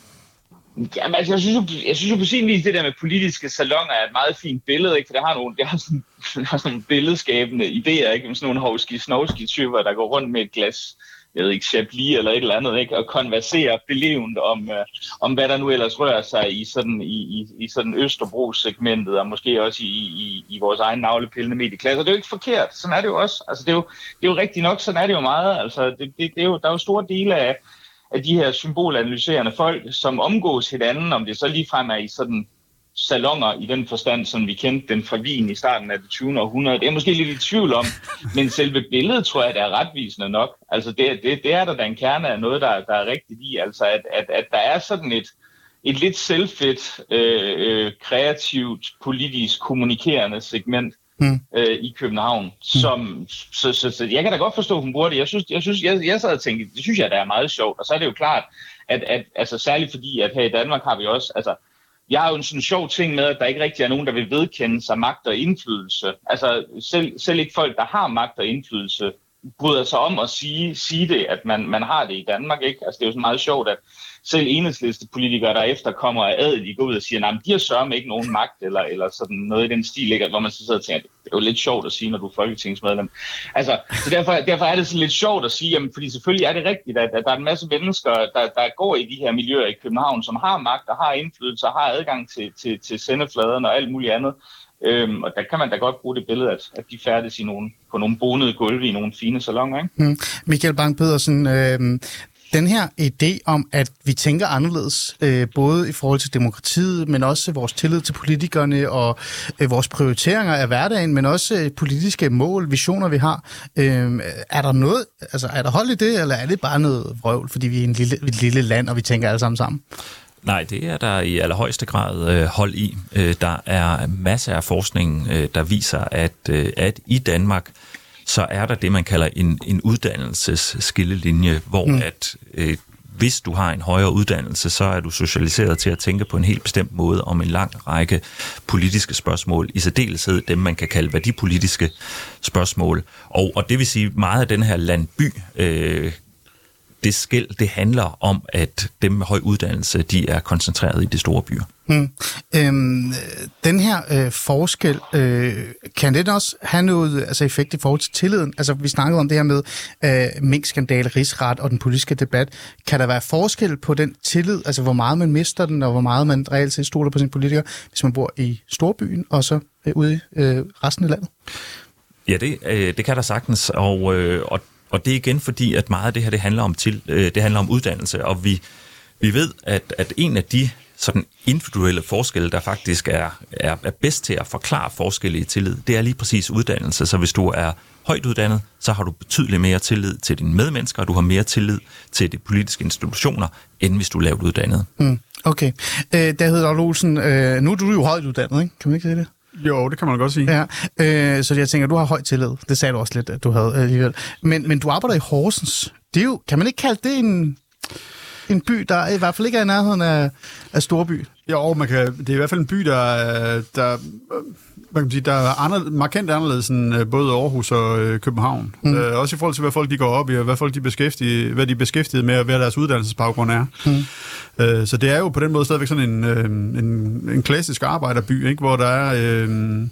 Jamen, altså, jeg synes jo, jeg synes jo på sin vis, det der med politiske salonger er et meget fint billede, ikke? For det har nogle, det har sådan, det har sådan nogle billedskabende idéer, ikke? Med sådan nogle hovski-snovski-typer, der går rundt med et glas, jeg ved ikke, Chablis eller et eller andet, ikke? Og konverserer belevent om, øh, om, hvad der nu ellers rører sig i sådan, i, i, i sådan Østerbro-segmentet, og måske også i, i, i vores egen navlepillende medieklasse. Og det er jo ikke forkert, sådan er det jo også. Altså, det er jo, det er jo rigtigt nok, sådan er det jo meget. Altså, det, det, det er jo, der er jo store dele af af de her symbolanalyserende folk, som omgås hinanden, om det så ligefrem er i sådan salonger i den forstand, som vi kendte den fra Wien i starten af det tyvende århundrede. Det er måske lidt i tvivl om, men selve billedet tror jeg, det er retvisende nok. Altså det, det, det er der da en kerne af noget, der, der er rigtigt i, altså at, at, at der er sådan et, et lidt selvfedt, øh, kreativt, politisk kommunikerende segment, Mm. Øh, i København, som, mm. så, så, så jeg kan da godt forstå, at hun bruger det. Jeg synes, jeg, synes, jeg, jeg sad og tænkte, det synes jeg, der er meget sjovt, og så er det jo klart, at, at altså, særligt fordi, at her i Danmark har vi også, altså, jeg har jo en sådan sjov ting med, at der ikke rigtig er nogen, der vil vedkende sig magt og indflydelse. Altså, selv, selv ikke folk, der har magt og indflydelse, bryder sig om at sige, sige det, at man, man har det i Danmark, ikke? Altså, det er jo sådan meget sjovt, at selv enhedslistepolitikere, der efterkommer af adelige, går ud og siger, at de har sørme ikke nogen magt, eller, eller sådan noget i den stil, ikke? Hvor man så sidder og tænker, det er jo lidt sjovt at sige, når du er folketingsmedlem. Altså, så derfor, derfor er det sådan lidt sjovt at sige, jamen, fordi selvfølgelig er det rigtigt, at, at der er en masse mennesker, der, der går i de her miljøer i København, som har magt og har indflydelse og har adgang til, til, til sendefladerne og alt muligt andet. Øhm, og der kan man da godt bruge det billede, at, at de færdes i nogle, på nogle bonede gulve i nogle fine salonger, ikke? Mm. Michael Bang-Pedersen, øh, den her idé om, at vi tænker anderledes, øh, både i forhold til demokratiet, men også vores tillid til politikerne og øh, vores prioriteringer af hverdagen, men også øh, politiske mål, visioner, vi har. Øh, er der noget, altså er der hold i det, eller er det bare noget vrøvl, fordi vi er en lille, et lille land, og vi tænker alle sammen sammen? Nej, det er der i allerhøjeste grad øh, hold i. Øh, der er masser af forskning, øh, der viser, at, øh, at i Danmark, så er der det, man kalder en, en uddannelsesskillelinje, hvor mm. at øh, hvis du har en højere uddannelse, så er du socialiseret til at tænke på en helt bestemt måde om en lang række politiske spørgsmål, i særdeleshed dem, man kan kalde værdipolitiske spørgsmål. Og, og det vil sige, meget af den her landby, øh, det skel, det handler om, at dem med høj uddannelse, de er koncentreret i de store byer. Hmm. Øhm, den her øh, forskel, øh, kan den også have noget altså effekt i forhold til tilliden? Altså, vi snakkede om det her med øh, minkskandale, rigsret og den politiske debat. Kan der være forskel på den tillid, altså hvor meget man mister den, og hvor meget man reelt set stoler på sine politikere, hvis man bor i storbyen og så øh, ude i øh, resten af landet? Ja, det, øh, det kan der sagtens, og, øh, og Og det er igen fordi, at meget af det her, det handler om, til, øh, det handler om uddannelse, og vi, vi ved, at, at en af de sådan individuelle forskelle, der faktisk er, er, er bedst til at forklare forskelle i tillid, det er lige præcis uddannelse. Så hvis du er højt uddannet, så har du betydeligt mere tillid til dine medmennesker, og du har mere tillid til de politiske institutioner, end hvis du er lavt uddannet. Mm, okay. Øh, David Olsen, øh, nu er du jo højt uddannet, ikke? Kan man ikke sige det? Jo, det kan man godt sige. Ja, øh, så jeg tænker, du har høj tillid. Det sagde du også lidt, at du havde alligevel. Men, men du arbejder i Horsens. Det er jo, kan man ikke kalde det en, en by, der i hvert fald ikke er i nærheden af, af storby? Jo, man kan, det er i hvert fald en by, der, der, man kan sige, der er andre, markant anderledes end både Aarhus og øh, København. Mm. Øh, også i forhold til, hvad folk de går op i, og hvad folk de beskæftiger, hvad de er beskæftiget med, og hvad deres uddannelsesbaggrund er. Mm. Øh, så det er jo på den måde stadigvæk sådan en, øh, en, en klassisk arbejderby, ikke? Hvor der er øh,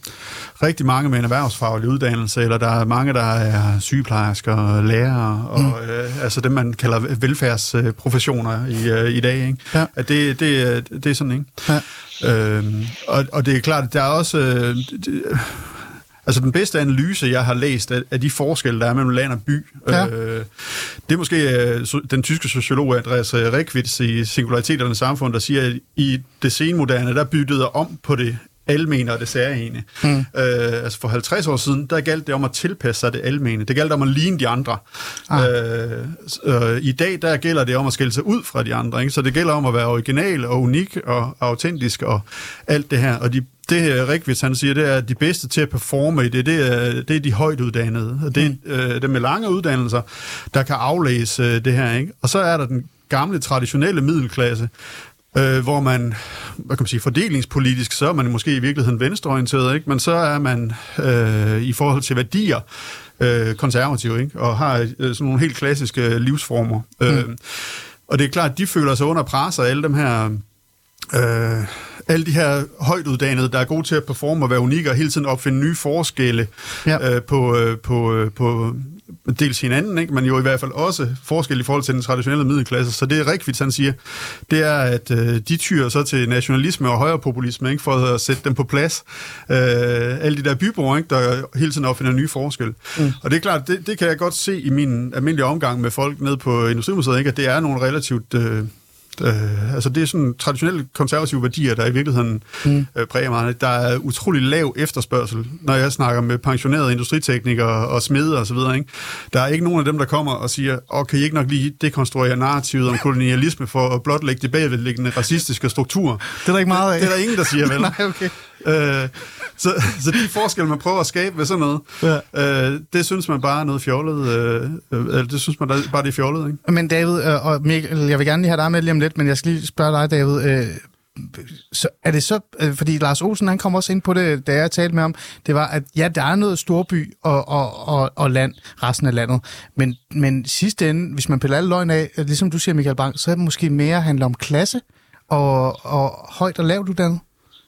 rigtig mange med en erhvervsfaglig uddannelse, eller der er mange, der er sygeplejersker og lærere, og mm. øh, altså det, man kalder velfærdsprofessioner i, øh, i dag. Ikke? Ja. At det, det, det er sådan, ikke? Ja. Øhm, og, og det er klart, der er også øh, det, altså den bedste analyse, jeg har læst af, af de forskelle, der er mellem land og by, ja. øh, det er måske øh, den tyske sociolog Andreas Reckwitz i Singulariteterne samfund, der siger, at i det senmoderne, der byttede om på det almene og det særlige. Mm. Øh, altså for halvtreds år siden, der galt det om at tilpasse sig det almene. Det galt om at ligne de andre. Ah. Øh, øh, I dag, der gælder det om at skille sig ud fra de andre. Ikke? Så det gælder om at være original og unik og autentisk og alt det her. Og de, det Reckwitz, han siger, det er, at de bedste til at performe i det, det er, det er de højt uddannede. Og det er mm. øh, dem med lange uddannelser, der kan aflæse øh, det her. Ikke? Og så er der den gamle, traditionelle middelklasse, Øh, hvor man, hvad kan man sige, fordelingspolitisk, så er man måske i virkeligheden venstreorienteret, ikke? Men så er man øh, i forhold til værdier øh, konservativ, ikke? Og har øh, sådan nogle helt klassiske livsformer. Mm. Øh, og det er klart, at de føler sig under pres af alle dem her, øh, alle de her højtuddannede, der er gode til at performe og være unikke og hele tiden opfinde nye forskelle ja. øh, på, øh, på, øh, på dels hinanden, ikke? Men jo i hvert fald også forskel i forhold til den traditionelle middelklasse. Så det Reckwitz, han siger, det er, at øh, de tyrer så til nationalisme og højrepopulisme, ikke? For at sætte dem på plads. Øh, alle de der byboer, ikke? Der hele tiden opfinder nye forskel. Mm. Og det er klart, det, det kan jeg godt se i min almindelige omgang med folk nede på Industrimuseet, ikke? At det er nogle relativt... Øh, Øh, altså det er sådan traditionelle konservative værdier, der i virkeligheden mm. øh, præger mig. Der er utrolig lav efterspørgsel, når jeg snakker med pensionerede industriteknikere og smede og så videre, ikke? Der er ikke nogen af dem, der kommer og siger, åh, kan I ikke nok lige dekonstruere narrativet om kolonialisme for at blotlægge de bagvedliggende racistiske strukturer? Det er der ikke meget af. Det er der ingen, der siger, vel? Nej, okay. Øh, så, så de forskelle, man prøver at skabe ved sådan noget, ja. øh, det synes man bare er noget fjollet. Øh, øh, det synes man bare, det er fjollet, ikke? Men David, øh, og Mikkel, jeg vil gerne lige have dig med lige om lidt, men jeg skal lige spørge dig, David. Øh, så er det så, øh, fordi Lars Olsen, han kom også ind på det, da jeg talte med ham, det var, at ja, der er noget storby og, og, og, og land, resten af landet, men, men sidste ende, hvis man piller alle løgn af, ligesom du siger, Michael Bang, så er det måske mere handler om klasse og, og højt og lavt uddannet.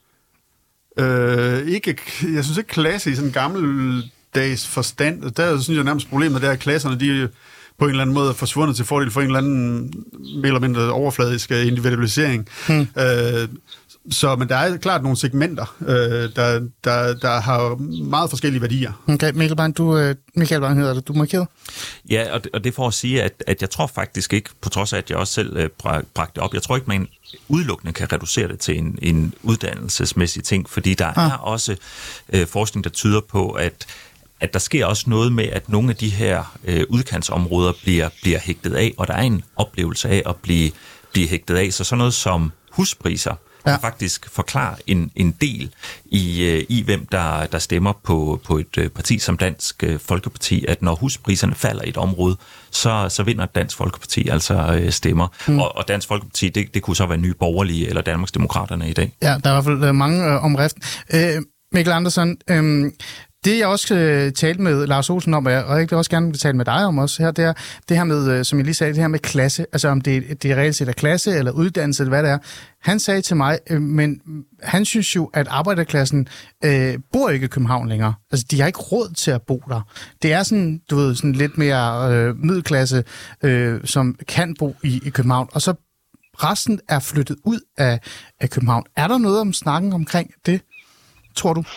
Øh, ikke, jeg synes ikke klasse i sådan en gammeldags forstand. Der synes jeg nærmest problemet, der at klasserne, de på en eller anden måde er forsvundet til fordel for en eller anden mere eller mindre overfladisk individualisering. Hmm. Øh, så, men der er klart nogle segmenter, øh, der, der, der har meget forskellige værdier. Okay, Michael Bang, du, Michael Bang hedder det, du markerede? Ja, og det, og det for at sige, at, at jeg tror faktisk ikke, på trods af, at jeg også selv øh, bragte det op, jeg tror ikke, man udelukkende kan reducere det til en, en uddannelsesmæssig ting, fordi der ah. er også øh, forskning, der tyder på, at at der sker også noget med, at nogle af de her øh, udkantsområder bliver, bliver hægtet af, og der er en oplevelse af at blive, blive hægtet af. Så sådan noget som huspriser ja. kan faktisk forklare en, en del i, i hvem der, der stemmer på, på et parti som Dansk Folkeparti, at når huspriserne falder i et område, så, så vinder Dansk Folkeparti altså stemmer. Mm. Og, og Dansk Folkeparti, det, det kunne så være Nye Borgerlige eller Danmarksdemokraterne i dag. Ja, der er i hvert fald mange øh, om riften. Øh, Mikkel Andersen, øh, det jeg også øh, talte med Lars Olsen om, og jeg rigtig også gerne vil tale med dig om også her, det er det her med, øh, som jeg lige sagde, det her med klasse, altså om det, det reelt set er klasse eller uddannelse, eller hvad det er. Han sagde til mig, øh, men han synes jo, at arbejderklassen øh, bor ikke i København længere. Altså, de har ikke råd til at bo der. Det er sådan, du ved, sådan lidt mere øh, middelklasse, øh, som kan bo i, i København, og så resten er flyttet ud af, af København. Er der noget om snakken omkring det, tror du?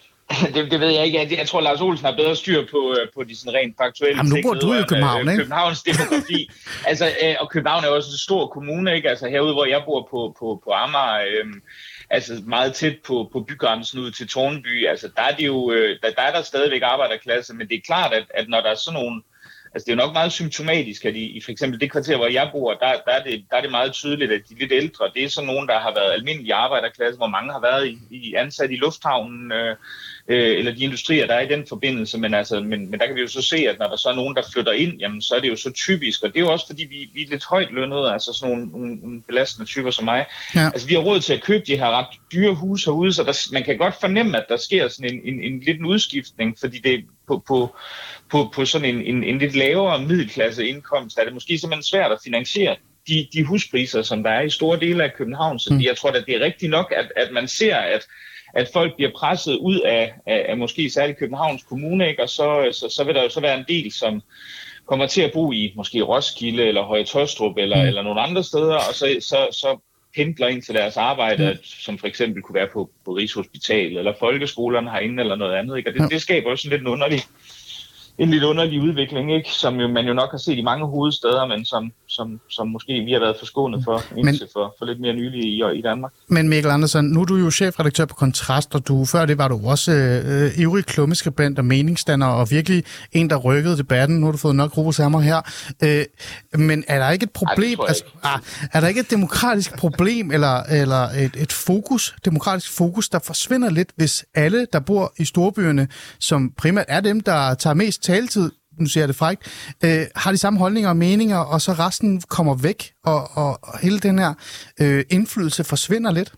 Det, det ved jeg ikke. Jeg, jeg tror, Lars Olsen har bedre styr på, på de sådan rent faktuelle ting. Jamen, nu bor du i København, ikke? Københavns demografi. altså, øh, og København er også en stor kommune, ikke? Altså herude, hvor jeg bor på, på, på Amager, øh, altså meget tæt på, på bygrænsen ud til Tårnby. Altså, der er, de jo, øh, der, der er der stadigvæk arbejderklasse, men det er klart, at, at når der er sådan nogle... Altså, det er jo nok meget symptomatisk, at i, i for eksempel det kvarter, hvor jeg bor, der, der, er det, der er det meget tydeligt, at de lidt ældre, det er sådan nogen, der har været almindelige arbejderklasse, hvor mange har været i, i ansat i lufthavnen, øh, øh, eller de industrier, der er i den forbindelse. Men, altså, men, men der kan vi jo så se, at når der så er nogen, der flytter ind, jamen, så er det jo så typisk. Og det er jo også, fordi vi, vi er lidt højt lønnede, altså sådan nogle, nogle, nogle belastende typer som mig. Ja. Altså, vi har råd til at købe de her ret dyre huse herude, så der, man kan godt fornemme, at der sker sådan en, en, en lidt en udskiftning, fordi det på... på På, på sådan en, en, en lidt lavere middelklasse indkomst, er det måske simpelthen svært at finansiere de, de huspriser, som der er i store dele af København. Så mm. jeg tror, at det er rigtigt nok, at, at man ser, at, at folk bliver presset ud af, af, af måske særligt Københavns Kommune, ikke? Og så, så, så vil der jo så være en del, som kommer til at bo i måske Roskilde eller Høje Taastrup eller, mm. eller nogle andre steder, og så, så, så pendler ind til deres arbejde, mm. som for eksempel kunne være på, på Rigshospital eller folkeskolerne herinde eller noget andet. Ikke? Og det, ja. det skaber også lidt en underlig en lidt underlig udvikling, ikke? Som jo, man jo nok har set i mange hovedsteder, men som, som, som måske vi har været forskånet for indtil men, for, for lidt mere nylig i, i Danmark. Men Mikkel Andersen, nu er du jo chefredaktør på Kontrast, og du, før det var du også øh, ivrig klummeskribent og meningsstander, og virkelig en, der rykkede debatten. Nu har du fået nok ros af mig her. Øh, men er der ikke et problem, Ej, altså, ah, er der ikke et demokratisk problem, eller, eller et, et fokus, demokratisk fokus, der forsvinder lidt, hvis alle, der bor i storbyerne, som primært er dem, der tager mest taletid, nu siger jeg det frækt, øh, har de samme holdninger og meninger, og så resten kommer væk, og, og, og hele den her øh, indflydelse forsvinder lidt?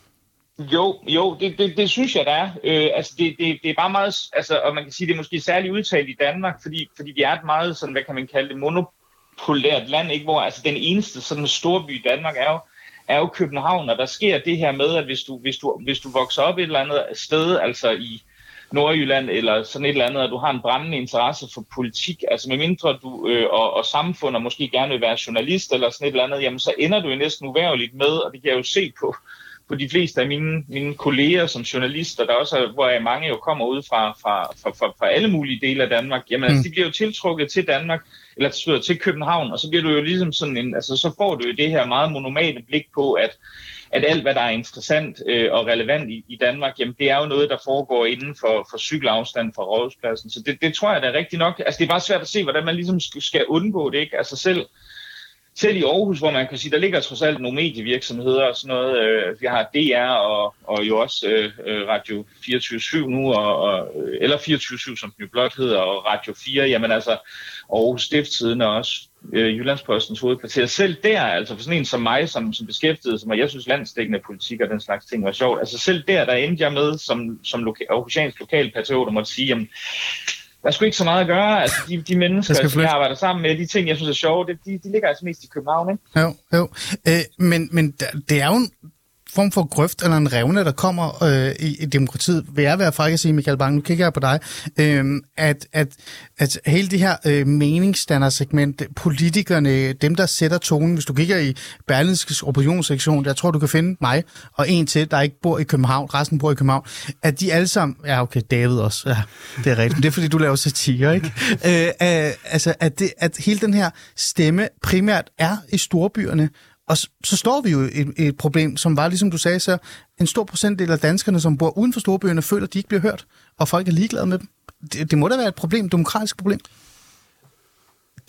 Jo, jo, det, det, det synes jeg, der er. Øh, altså, det, det, det er bare meget, altså, og man kan sige, det er måske særligt udtalt i Danmark, fordi, fordi vi er et meget, sådan, hvad kan man kalde det, monopolært land, ikke? Hvor altså, den eneste sådan storby i Danmark er jo, er jo København, og der sker det her med, at hvis du, hvis du, hvis du vokser op et eller andet sted, altså i Nordjylland eller sådan et eller andet, at du har en brændende interesse for politik, altså med mindre du øh, og, og samfund og måske gerne vil være journalist eller sådan et eller andet, jamen så ender du jo næsten uværligt med, og det kan jeg jo se på, på de fleste af mine, mine kolleger som journalister, der også er, hvor mange jo kommer ud fra, fra, fra, fra, fra alle mulige dele af Danmark, jamen altså, de bliver jo tiltrukket til Danmark, eller til, til København, og så bliver du jo ligesom sådan en, altså så får du jo det her meget monomale blik på, at at alt, hvad der er interessant øh, og relevant i, i Danmark, jamen det er jo noget, der foregår inden for, for cykelafstand fra Rådhuspladsen. Så det, det tror jeg, der er rigtigt nok. Altså det er bare svært at se, hvordan man ligesom skal undgå det, ikke? Altså selv, selv i Aarhus, hvor man kan sige, der ligger trods alt nogle medievirksomheder og sådan noget. Øh, vi har D R og, og jo også øh, Radio fireogtyve syv nu, og, og, eller fireogtyve syv, som den jo blot hedder, og Radio fire, jamen altså Aarhus Stiftstidende også. Jyllandspostens hovedkvarter. Selv der, altså for sådan en som mig, som, som beskæftigede sig med, jeg synes landsdækkende politik og den slags ting var sjovt, altså selv der, der endte jeg med, som, som loka- aarhusiansk lokalpatriot, der måtte sige, jamen, der er sgu ikke så meget at gøre, altså de, de mennesker, som jeg arbejder sammen med, de ting, jeg synes er sjove, det, de, de ligger altså mest i København, ikke? Jo, jo. Øh, men, men det er jo en form for grøft eller en revne, der kommer øh, i, i demokratiet, vil jeg være fræk at sige, Michael Bang, nu kigger jeg på dig, øh, at, at, at hele det her øh, meningsstandersegment, politikerne, dem der sætter tonen, hvis du kigger i Berlingskes oppositionssektion, jeg tror du kan finde mig og en til, der ikke bor i København, resten bor i København, at de alle sammen, ja okay, David også, ja, det er rigtigt, men det er fordi du laver satire, ikke? øh, øh, altså at, det, at hele den her stemme primært er i storbyerne. Og så, så står vi jo i et, et problem, som var, ligesom du sagde, så en stor procentdel af danskerne, som bor uden for storbyerne, føler, at de ikke bliver hørt, og folk er ligeglade med dem. Det, det må da være et problem, et demokratisk problem.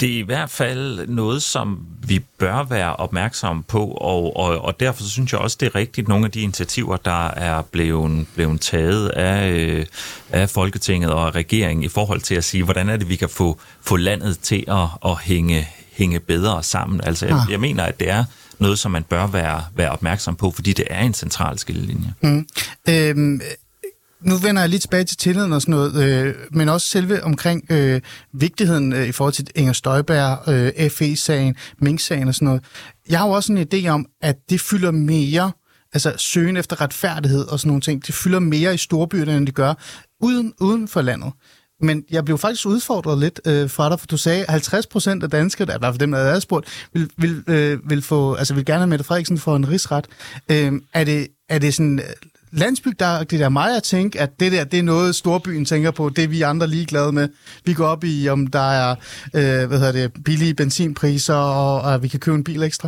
Det er i hvert fald noget, som vi bør være opmærksomme på, og, og, og derfor så synes jeg også, det er rigtigt, nogle af de initiativer, der er blevet, blevet taget af, af Folketinget og regeringen i forhold til at sige, hvordan er det, vi kan få, få landet til at, at hænge, hænge bedre sammen. Altså, jeg, jeg mener, at det er noget, som man bør være, være opmærksom på, fordi det er en central skillelinje. Mm. Øhm Nu vender jeg lidt tilbage til tilliden og sådan noget, øh, men også selve omkring øh, vigtigheden øh, i forhold til Inger Støjberg, øh, F E-sagen, Mink-sagen og sådan noget. Jeg har jo også en idé om, at det fylder mere, altså søgen efter retfærdighed og sådan nogle ting, det fylder mere i storbyerne, end det gør uden, uden for landet. Men jeg blev faktisk udfordret lidt øh, fra dig, for du sagde, at halvtreds procent af danskere, i hvert fald dem, der havde adspurgt, vil, vil, øh, vil, få, altså vil gerne have Mette Frederiksen for en rigsret. Øh, er, det, er det sådan landsbygdagtigt af mig at tænke, at det der, det er noget, storbyen tænker på, det er vi andre ligeglade med. Vi går op i, om der er øh, hvad hedder det, billige benzinpriser, og, og vi kan købe en bil ekstra?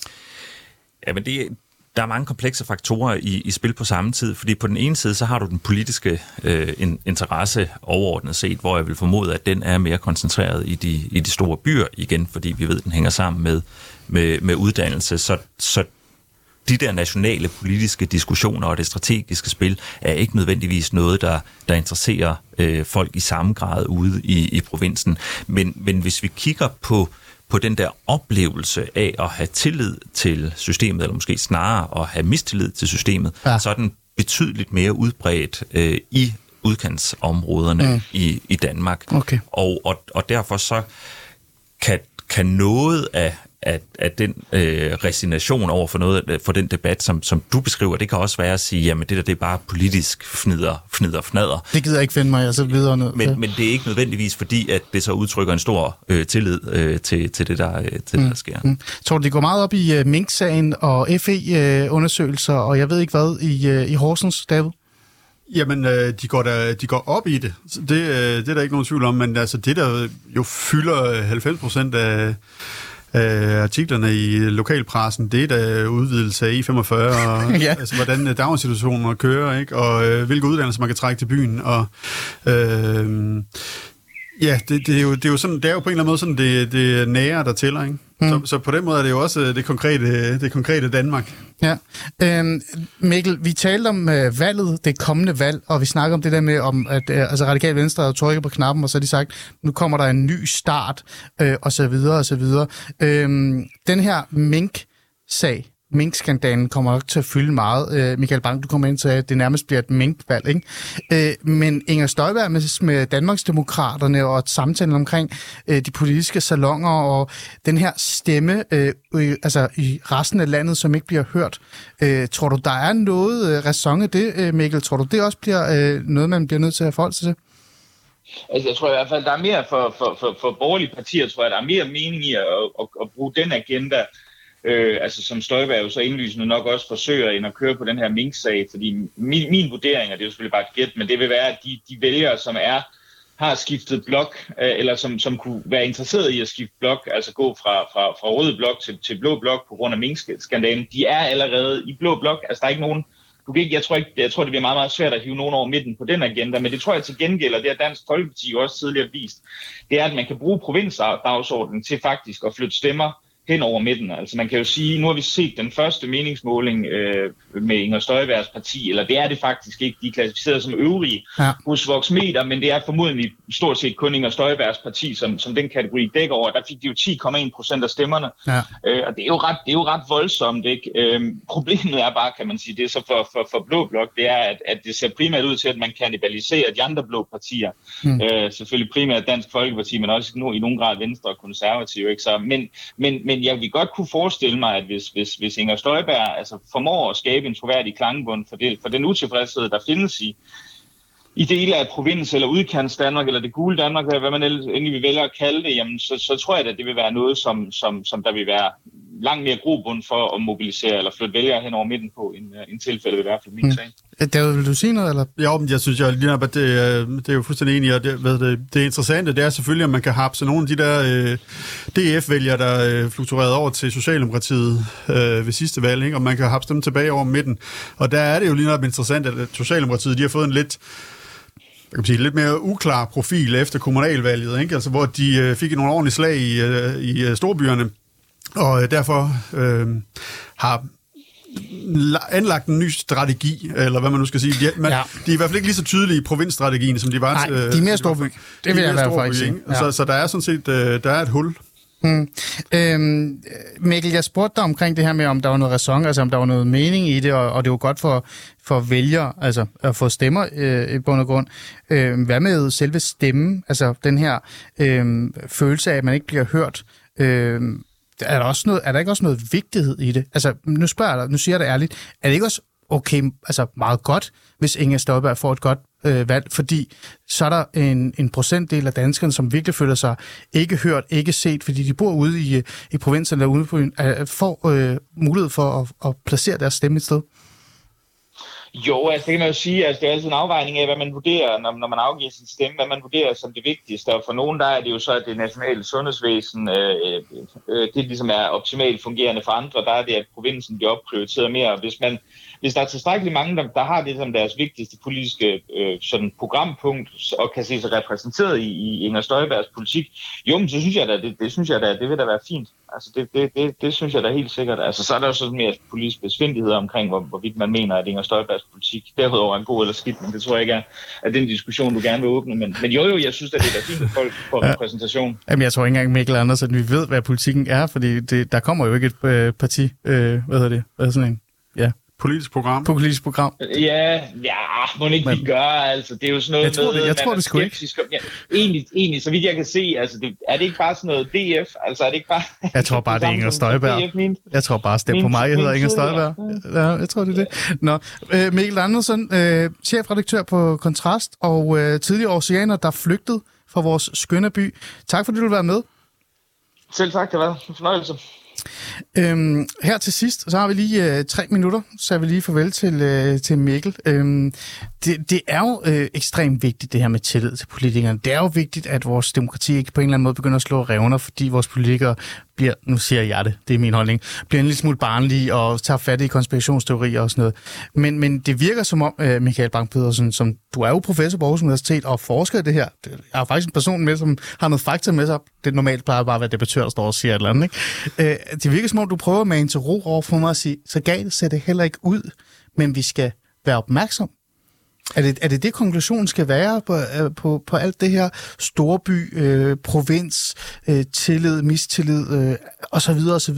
Jamen det Der er mange komplekse faktorer i, i spil på samme tid, fordi på den ene side, så har du den politiske øh, interesse overordnet set, hvor jeg vil formode, at den er mere koncentreret i de, i de store byer igen, fordi vi ved, at den hænger sammen med, med, med uddannelse. Så, så de der nationale politiske diskussioner og det strategiske spil er ikke nødvendigvis noget, der, der interesserer øh, folk i samme grad ude i, i provinsen. Men, men hvis vi kigger på på den der oplevelse af at have tillid til systemet, eller måske snarere at have mistillid til systemet, ja. så er den betydeligt mere udbredt øh, i udkantsområderne mm. i, i Danmark. Okay. Og, og, og derfor så kan, kan noget af, af, af den øh, resignation over for, noget, for den debat, som, som du beskriver, det kan også være at sige, jamen det der, det er bare politisk fnider, fnider, fnader. Det gider jeg ikke finde mig, jeg så videre ned. Men, men det er ikke nødvendigvis fordi, at det så udtrykker en stor øh, tillid øh, til, til det, der, øh, til mm. det, der sker. Mm. Tror du, det går meget op i uh, Mink-sagen og F E-undersøgelser, uh, og jeg ved ikke hvad, i, uh, i Horsens, David? Jamen, øh, de, går der, de går op i det. Det, øh, det er der ikke nogen tvivl om, men altså, det der jo fylder halvfems procent af Øh, artiklerne i lokalpressen, det er da udvidelse af E femogfyrre, og ja. altså, hvordan daginstitutioner kører, ikke? Og øh, hvilke uddannelser man kan trække til byen, og øh, ja, det, det, er jo, det er jo sådan, det er jo på en eller anden måde sådan det, det nære, der tæller, ikke? Mm. Så, så på den måde er det jo også det konkrete, det konkrete Danmark. Ja. Øhm, Mikkel, vi talte om øh, valget, det kommende valg, og vi snakker om det der med, om, at øh, altså Radikale Venstre har trykket på knappen, og så har de sagt, nu kommer der en ny start, øh, og så videre, og så videre. Øhm, den her Mink-sag, Mink-skandalen kommer nok til at fylde meget. Øh, Michael Bang, du kommer ind til, at det nærmest bliver et minkvalg, ikke? Øh, men Inger Støjberg med, med Danmarksdemokraterne og et samtale omkring øh, de politiske salonger og den her stemme øh, øh, altså i resten af landet, som ikke bliver hørt. Øh, tror du, der er noget øh, ræson i det, øh, Mikkel? Tror du, det også bliver øh, noget, man bliver nødt til at forholde sig til? Altså, jeg tror i hvert fald, der er mere for, for, for, for borgerlige partier, tror jeg, der er mere mening i at, at, at bruge den agenda. Øh, altså som Støjberg jo så indlysende nok også forsøger end at køre på den her Mink-sag, fordi min, min vurdering, og det er jo selvfølgelig bare et gæt, men det vil være, at de, de vælgere, som er har skiftet blok, øh, eller som, som kunne være interesseret i at skifte blok, altså gå fra, fra, fra rød blok til, til blå blok på grund af Mink-skandalen, de er allerede i blå blok. Altså der er ikke nogen, du kan ikke, jeg tror ikke, jeg tror det bliver meget, meget svært at hive nogen over midten på den agenda, men det tror jeg til gengæld, og det har Dansk Folkeparti jo også tidligere vist, det er, at man kan bruge provinsdagsordenen til faktisk at flytte stemmer hen over midten. Altså man kan jo sige, nu har vi set den første meningsmåling øh, med Inger Støjbergs parti, eller det er det faktisk ikke, de er klassificeret som øvrige ja. hos Voxmeter, men det er formodentlig stort set kun Inger Støjbergs parti, som, som den kategori dækker over. Der fik de jo ti komma en procent af stemmerne, ja. øh, og det er, jo ret, det er jo ret voldsomt, ikke? Øh, problemet er bare, kan man sige, det er så for, for, for Blå Blok, det er, at, at det ser primært ud til, at man kannibaliserer de andre blå partier. Mm. Øh, selvfølgelig primært Dansk Folkeparti, men også nu, i nogen grad Venstre og Konservative, ikke? Så, men, men, men jeg vil godt kunne forestille mig, at hvis, hvis, hvis Inger Støjberg altså, formår at skabe en troværdig klangbund for, det, for den utilfredshed, der findes i, i dele af provins- eller udkants Danmark, eller det gule Danmark, hvad man endelig vil vælge at kalde det, jamen, så, så tror jeg, at det vil være noget, som, som, som der vil være langt mere grobund for at mobilisere eller flytte vælgere hen over midten på, en, en tilfælde i hvert fald min sag. Mm. David, vil du sige noget? Eller? Ja, men jeg synes, jeg, lige at det, det er jo fuldstændig enig, og det, hvad det, det interessante, det er selvfølgelig, at man kan hapse nogle af de der øh, D F-vælgere, der øh, fluktuerede over til Socialdemokratiet øh, ved sidste valg, ikke? Og man kan hapse dem tilbage over midten. Og der er det jo lige nok interessant, at Socialdemokratiet, de har fået en lidt kan man sige, lidt mere uklar profil efter kommunalvalget, ikke? Altså, hvor de øh, fik nogle ordentlige slag i, øh, i øh, storbyerne, og øh, derfor øh, har anlagt en ny strategi, eller hvad man nu skal sige. De, man, ja. de er i hvert fald ikke lige så tydelige i provinsstrategien, som de var. Nej, de er mere storby. Det vil jeg i hvert fald ikke sige. Ja. Så, så der er sådan set øh, der er et hul. Hmm. Øhm, Mikkel, jeg spurgte dig omkring det her med, om der var noget ræson, altså om der var noget mening i det, og, og det var godt for, for vælgere, altså at få stemmer øh, i bund og grund. Øh, hvad med selve stemmen, altså den her øh, følelse af, at man ikke bliver hørt? Øh, er, der også noget, er der ikke også noget vigtighed i det? Altså, nu spørger jeg dig, nu siger jeg det ærligt, er det ikke også okay, altså meget godt, hvis Inger Støjberg får et godt øh, valg, fordi så er der en, en procentdel af danskerne, som virkelig føler sig ikke hørt, ikke set, fordi de bor ude i, i provinsen eller ude på byen, øh, får øh, mulighed for at, at placere deres stemme et sted. Jo, altså det kan man jo sige, altså det er altid en afvejning af, hvad man vurderer, når, når man afgiver sin stemme, hvad man vurderer som det vigtigste, og for nogen der er det jo så, at det nationale sundhedsvæsen, øh, øh, det ligesom er optimalt fungerende, for andre der er det, at provinsen bliver opprioriteret mere. Hvis man Hvis der er tilstrækkeligt mange, der, der har det som deres vigtigste politiske øh, sådan programpunkt, og kan se sig repræsenteret i, i Inger Støjbergs politik, jo, men så synes jeg da, det, det synes jeg da, det vil da være fint. Altså det, det, det, det synes jeg da helt sikkert. Altså så er der jo sådan mere politisk besvindelighed omkring, hvor, hvorvidt man mener, at Inger Støjbergs politik derudover er en god eller skidt, men det tror jeg ikke er, er den diskussion, du gerne vil åbne. Men, men jo, jo, jeg synes, at det er da fint, at folk får ja. repræsentation. Jamen jeg tror ikke engang, Mikkel Andersen, vi ved, hvad politikken er, fordi det, der kommer jo ikke et øh, parti, øh, hvad hedder det, hvad sådan en, ja. Politisk program. Politisk program. Ja, ja, må ikke vi gøre, altså. Det er jo sådan noget jeg tror, med, det, jeg tror, det sgu ikke. Ja, egentlig, egentlig, så vidt jeg kan se, altså, det, er det ikke bare sådan noget D F? Altså, er det ikke bare... Jeg tror bare, det er Inger Støjberg. Jeg tror bare, stem på mig, jeg hedder Inger Støjberg. Ja, jeg tror, det er det. Nå, øh, Mikkel Andersen, øh, chefredaktør på Kontrast, og øh, tidligere oceaner, der flygtede fra vores skønne by. Tak, fordi du vil være med. Selv tak, det var en fornøjelse. Øhm, her til sidst, så har vi lige øh, tre minutter, så er vi lige farvel til, øh, til Mikkel. Øhm, det, det er jo øh, ekstremt vigtigt, det her med tillid til politikerne. Det er jo vigtigt, at vores demokrati ikke på en eller anden måde begynder at slå revner, fordi vores politikere bliver, nu siger jeg det, det er min holdning, bliver en lille smule barnlige og tager fat i konspirationsteorier og sådan noget. Men, men det virker som om, øh, Michael Bang-Petersen, som du er jo professor på Aarhus Universitet og forsker i det her. Jeg har faktisk en person med, som har noget fakta med sig. Det normalt plejer bare at være debattør, der står og siger et eller andet, ikke? Øh, det virker som om, du prøver med en til ro over for mig at sige, så galt ser det heller ikke ud, men vi skal være opmærksom. Er det, er det det, konklusionen skal være på, på, på alt det her storby, øh, provins, øh, tillid, mistillid øh, osv. osv.?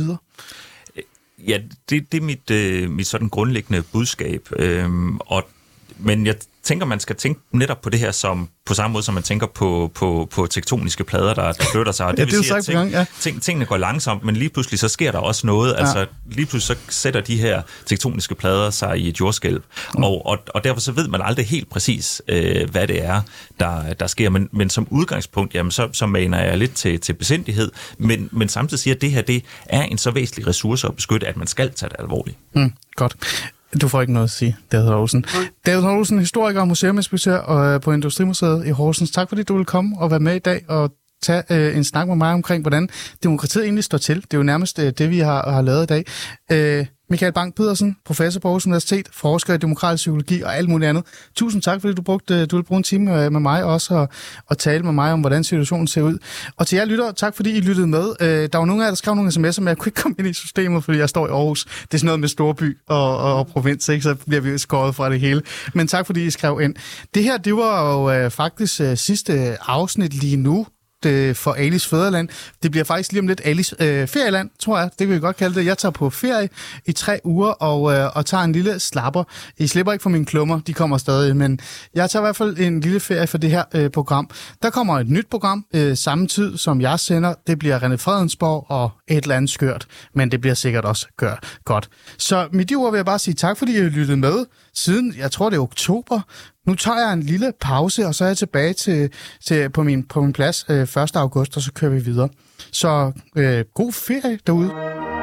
Ja, det, det er mit, øh, mit sådan grundlæggende budskab. Øhm, og, men jeg tænker, man skal tænke netop på det her som på samme måde, som man tænker på, på, på tektoniske plader, der, der flytter sig. Og det, ja, det vil sige, at ting, ja. ting, tingene går langsomt, men lige pludselig så sker der også noget. Ja. Altså lige pludselig så sætter de her tektoniske plader sig i et jordskælv. Mm. Og, og, og derfor så ved man aldrig helt præcis, øh, hvad det er, der, der sker. Men, men som udgangspunkt, jamen, så, så maner jeg lidt til, til besindighed, men, men samtidig siger, at det her det er en så væsentlig ressource at beskytte, at man skal tage det alvorligt. Mm, godt. Du får ikke noget at sige, David Olsen. Mm. David Olsen, historiker og museuminspektør på Industrimuseet i Horsens. Tak fordi du ville komme og være med i dag og tage øh, en snak med mig omkring, hvordan demokratiet egentlig står til. Det er jo nærmest øh, det, vi har, har lavet i dag. Øh, Michael Bang-Petersen, professor på Aarhus Universitet, forsker i demokratisk psykologi og alt muligt andet. Tusind tak, fordi du brugte, du ville bruge en time med mig også og, og tale med mig om, hvordan situationen ser ud. Og til jer lyttere, tak fordi I lyttede med. Øh, der var nogle af jer, der skrev nogle sms'er, men jeg kunne ikke komme ind i systemet, fordi jeg står i Aarhus. Det er sådan noget med storby og, og, og provins, ikke? Så bliver vi skåret fra det hele. Men tak fordi I skrev ind. Det her, det var jo øh, faktisk øh, sidste afsnit lige nu for Alis Fædreland. Det bliver faktisk lige om lidt Alis øh, ferieland, tror jeg. Det kan vi godt kalde det. Jeg tager på ferie i tre uger og, øh, og tager en lille slapper. I slipper ikke for mine klummer, de kommer stadig, men jeg tager i hvert fald en lille ferie for det her øh, program. Der kommer et nyt program øh, samme tid, som jeg sender. Det bliver René Fredensborg og et eller andet skørt, men det bliver sikkert også gør godt. Så med de ord vil jeg bare sige tak, fordi I har lyttet med siden, jeg tror det er oktober. Nu tager jeg en lille pause, og så er jeg tilbage til, til, på, min, på min plads øh, første august, og så kører vi videre. Så øh, god ferie derude.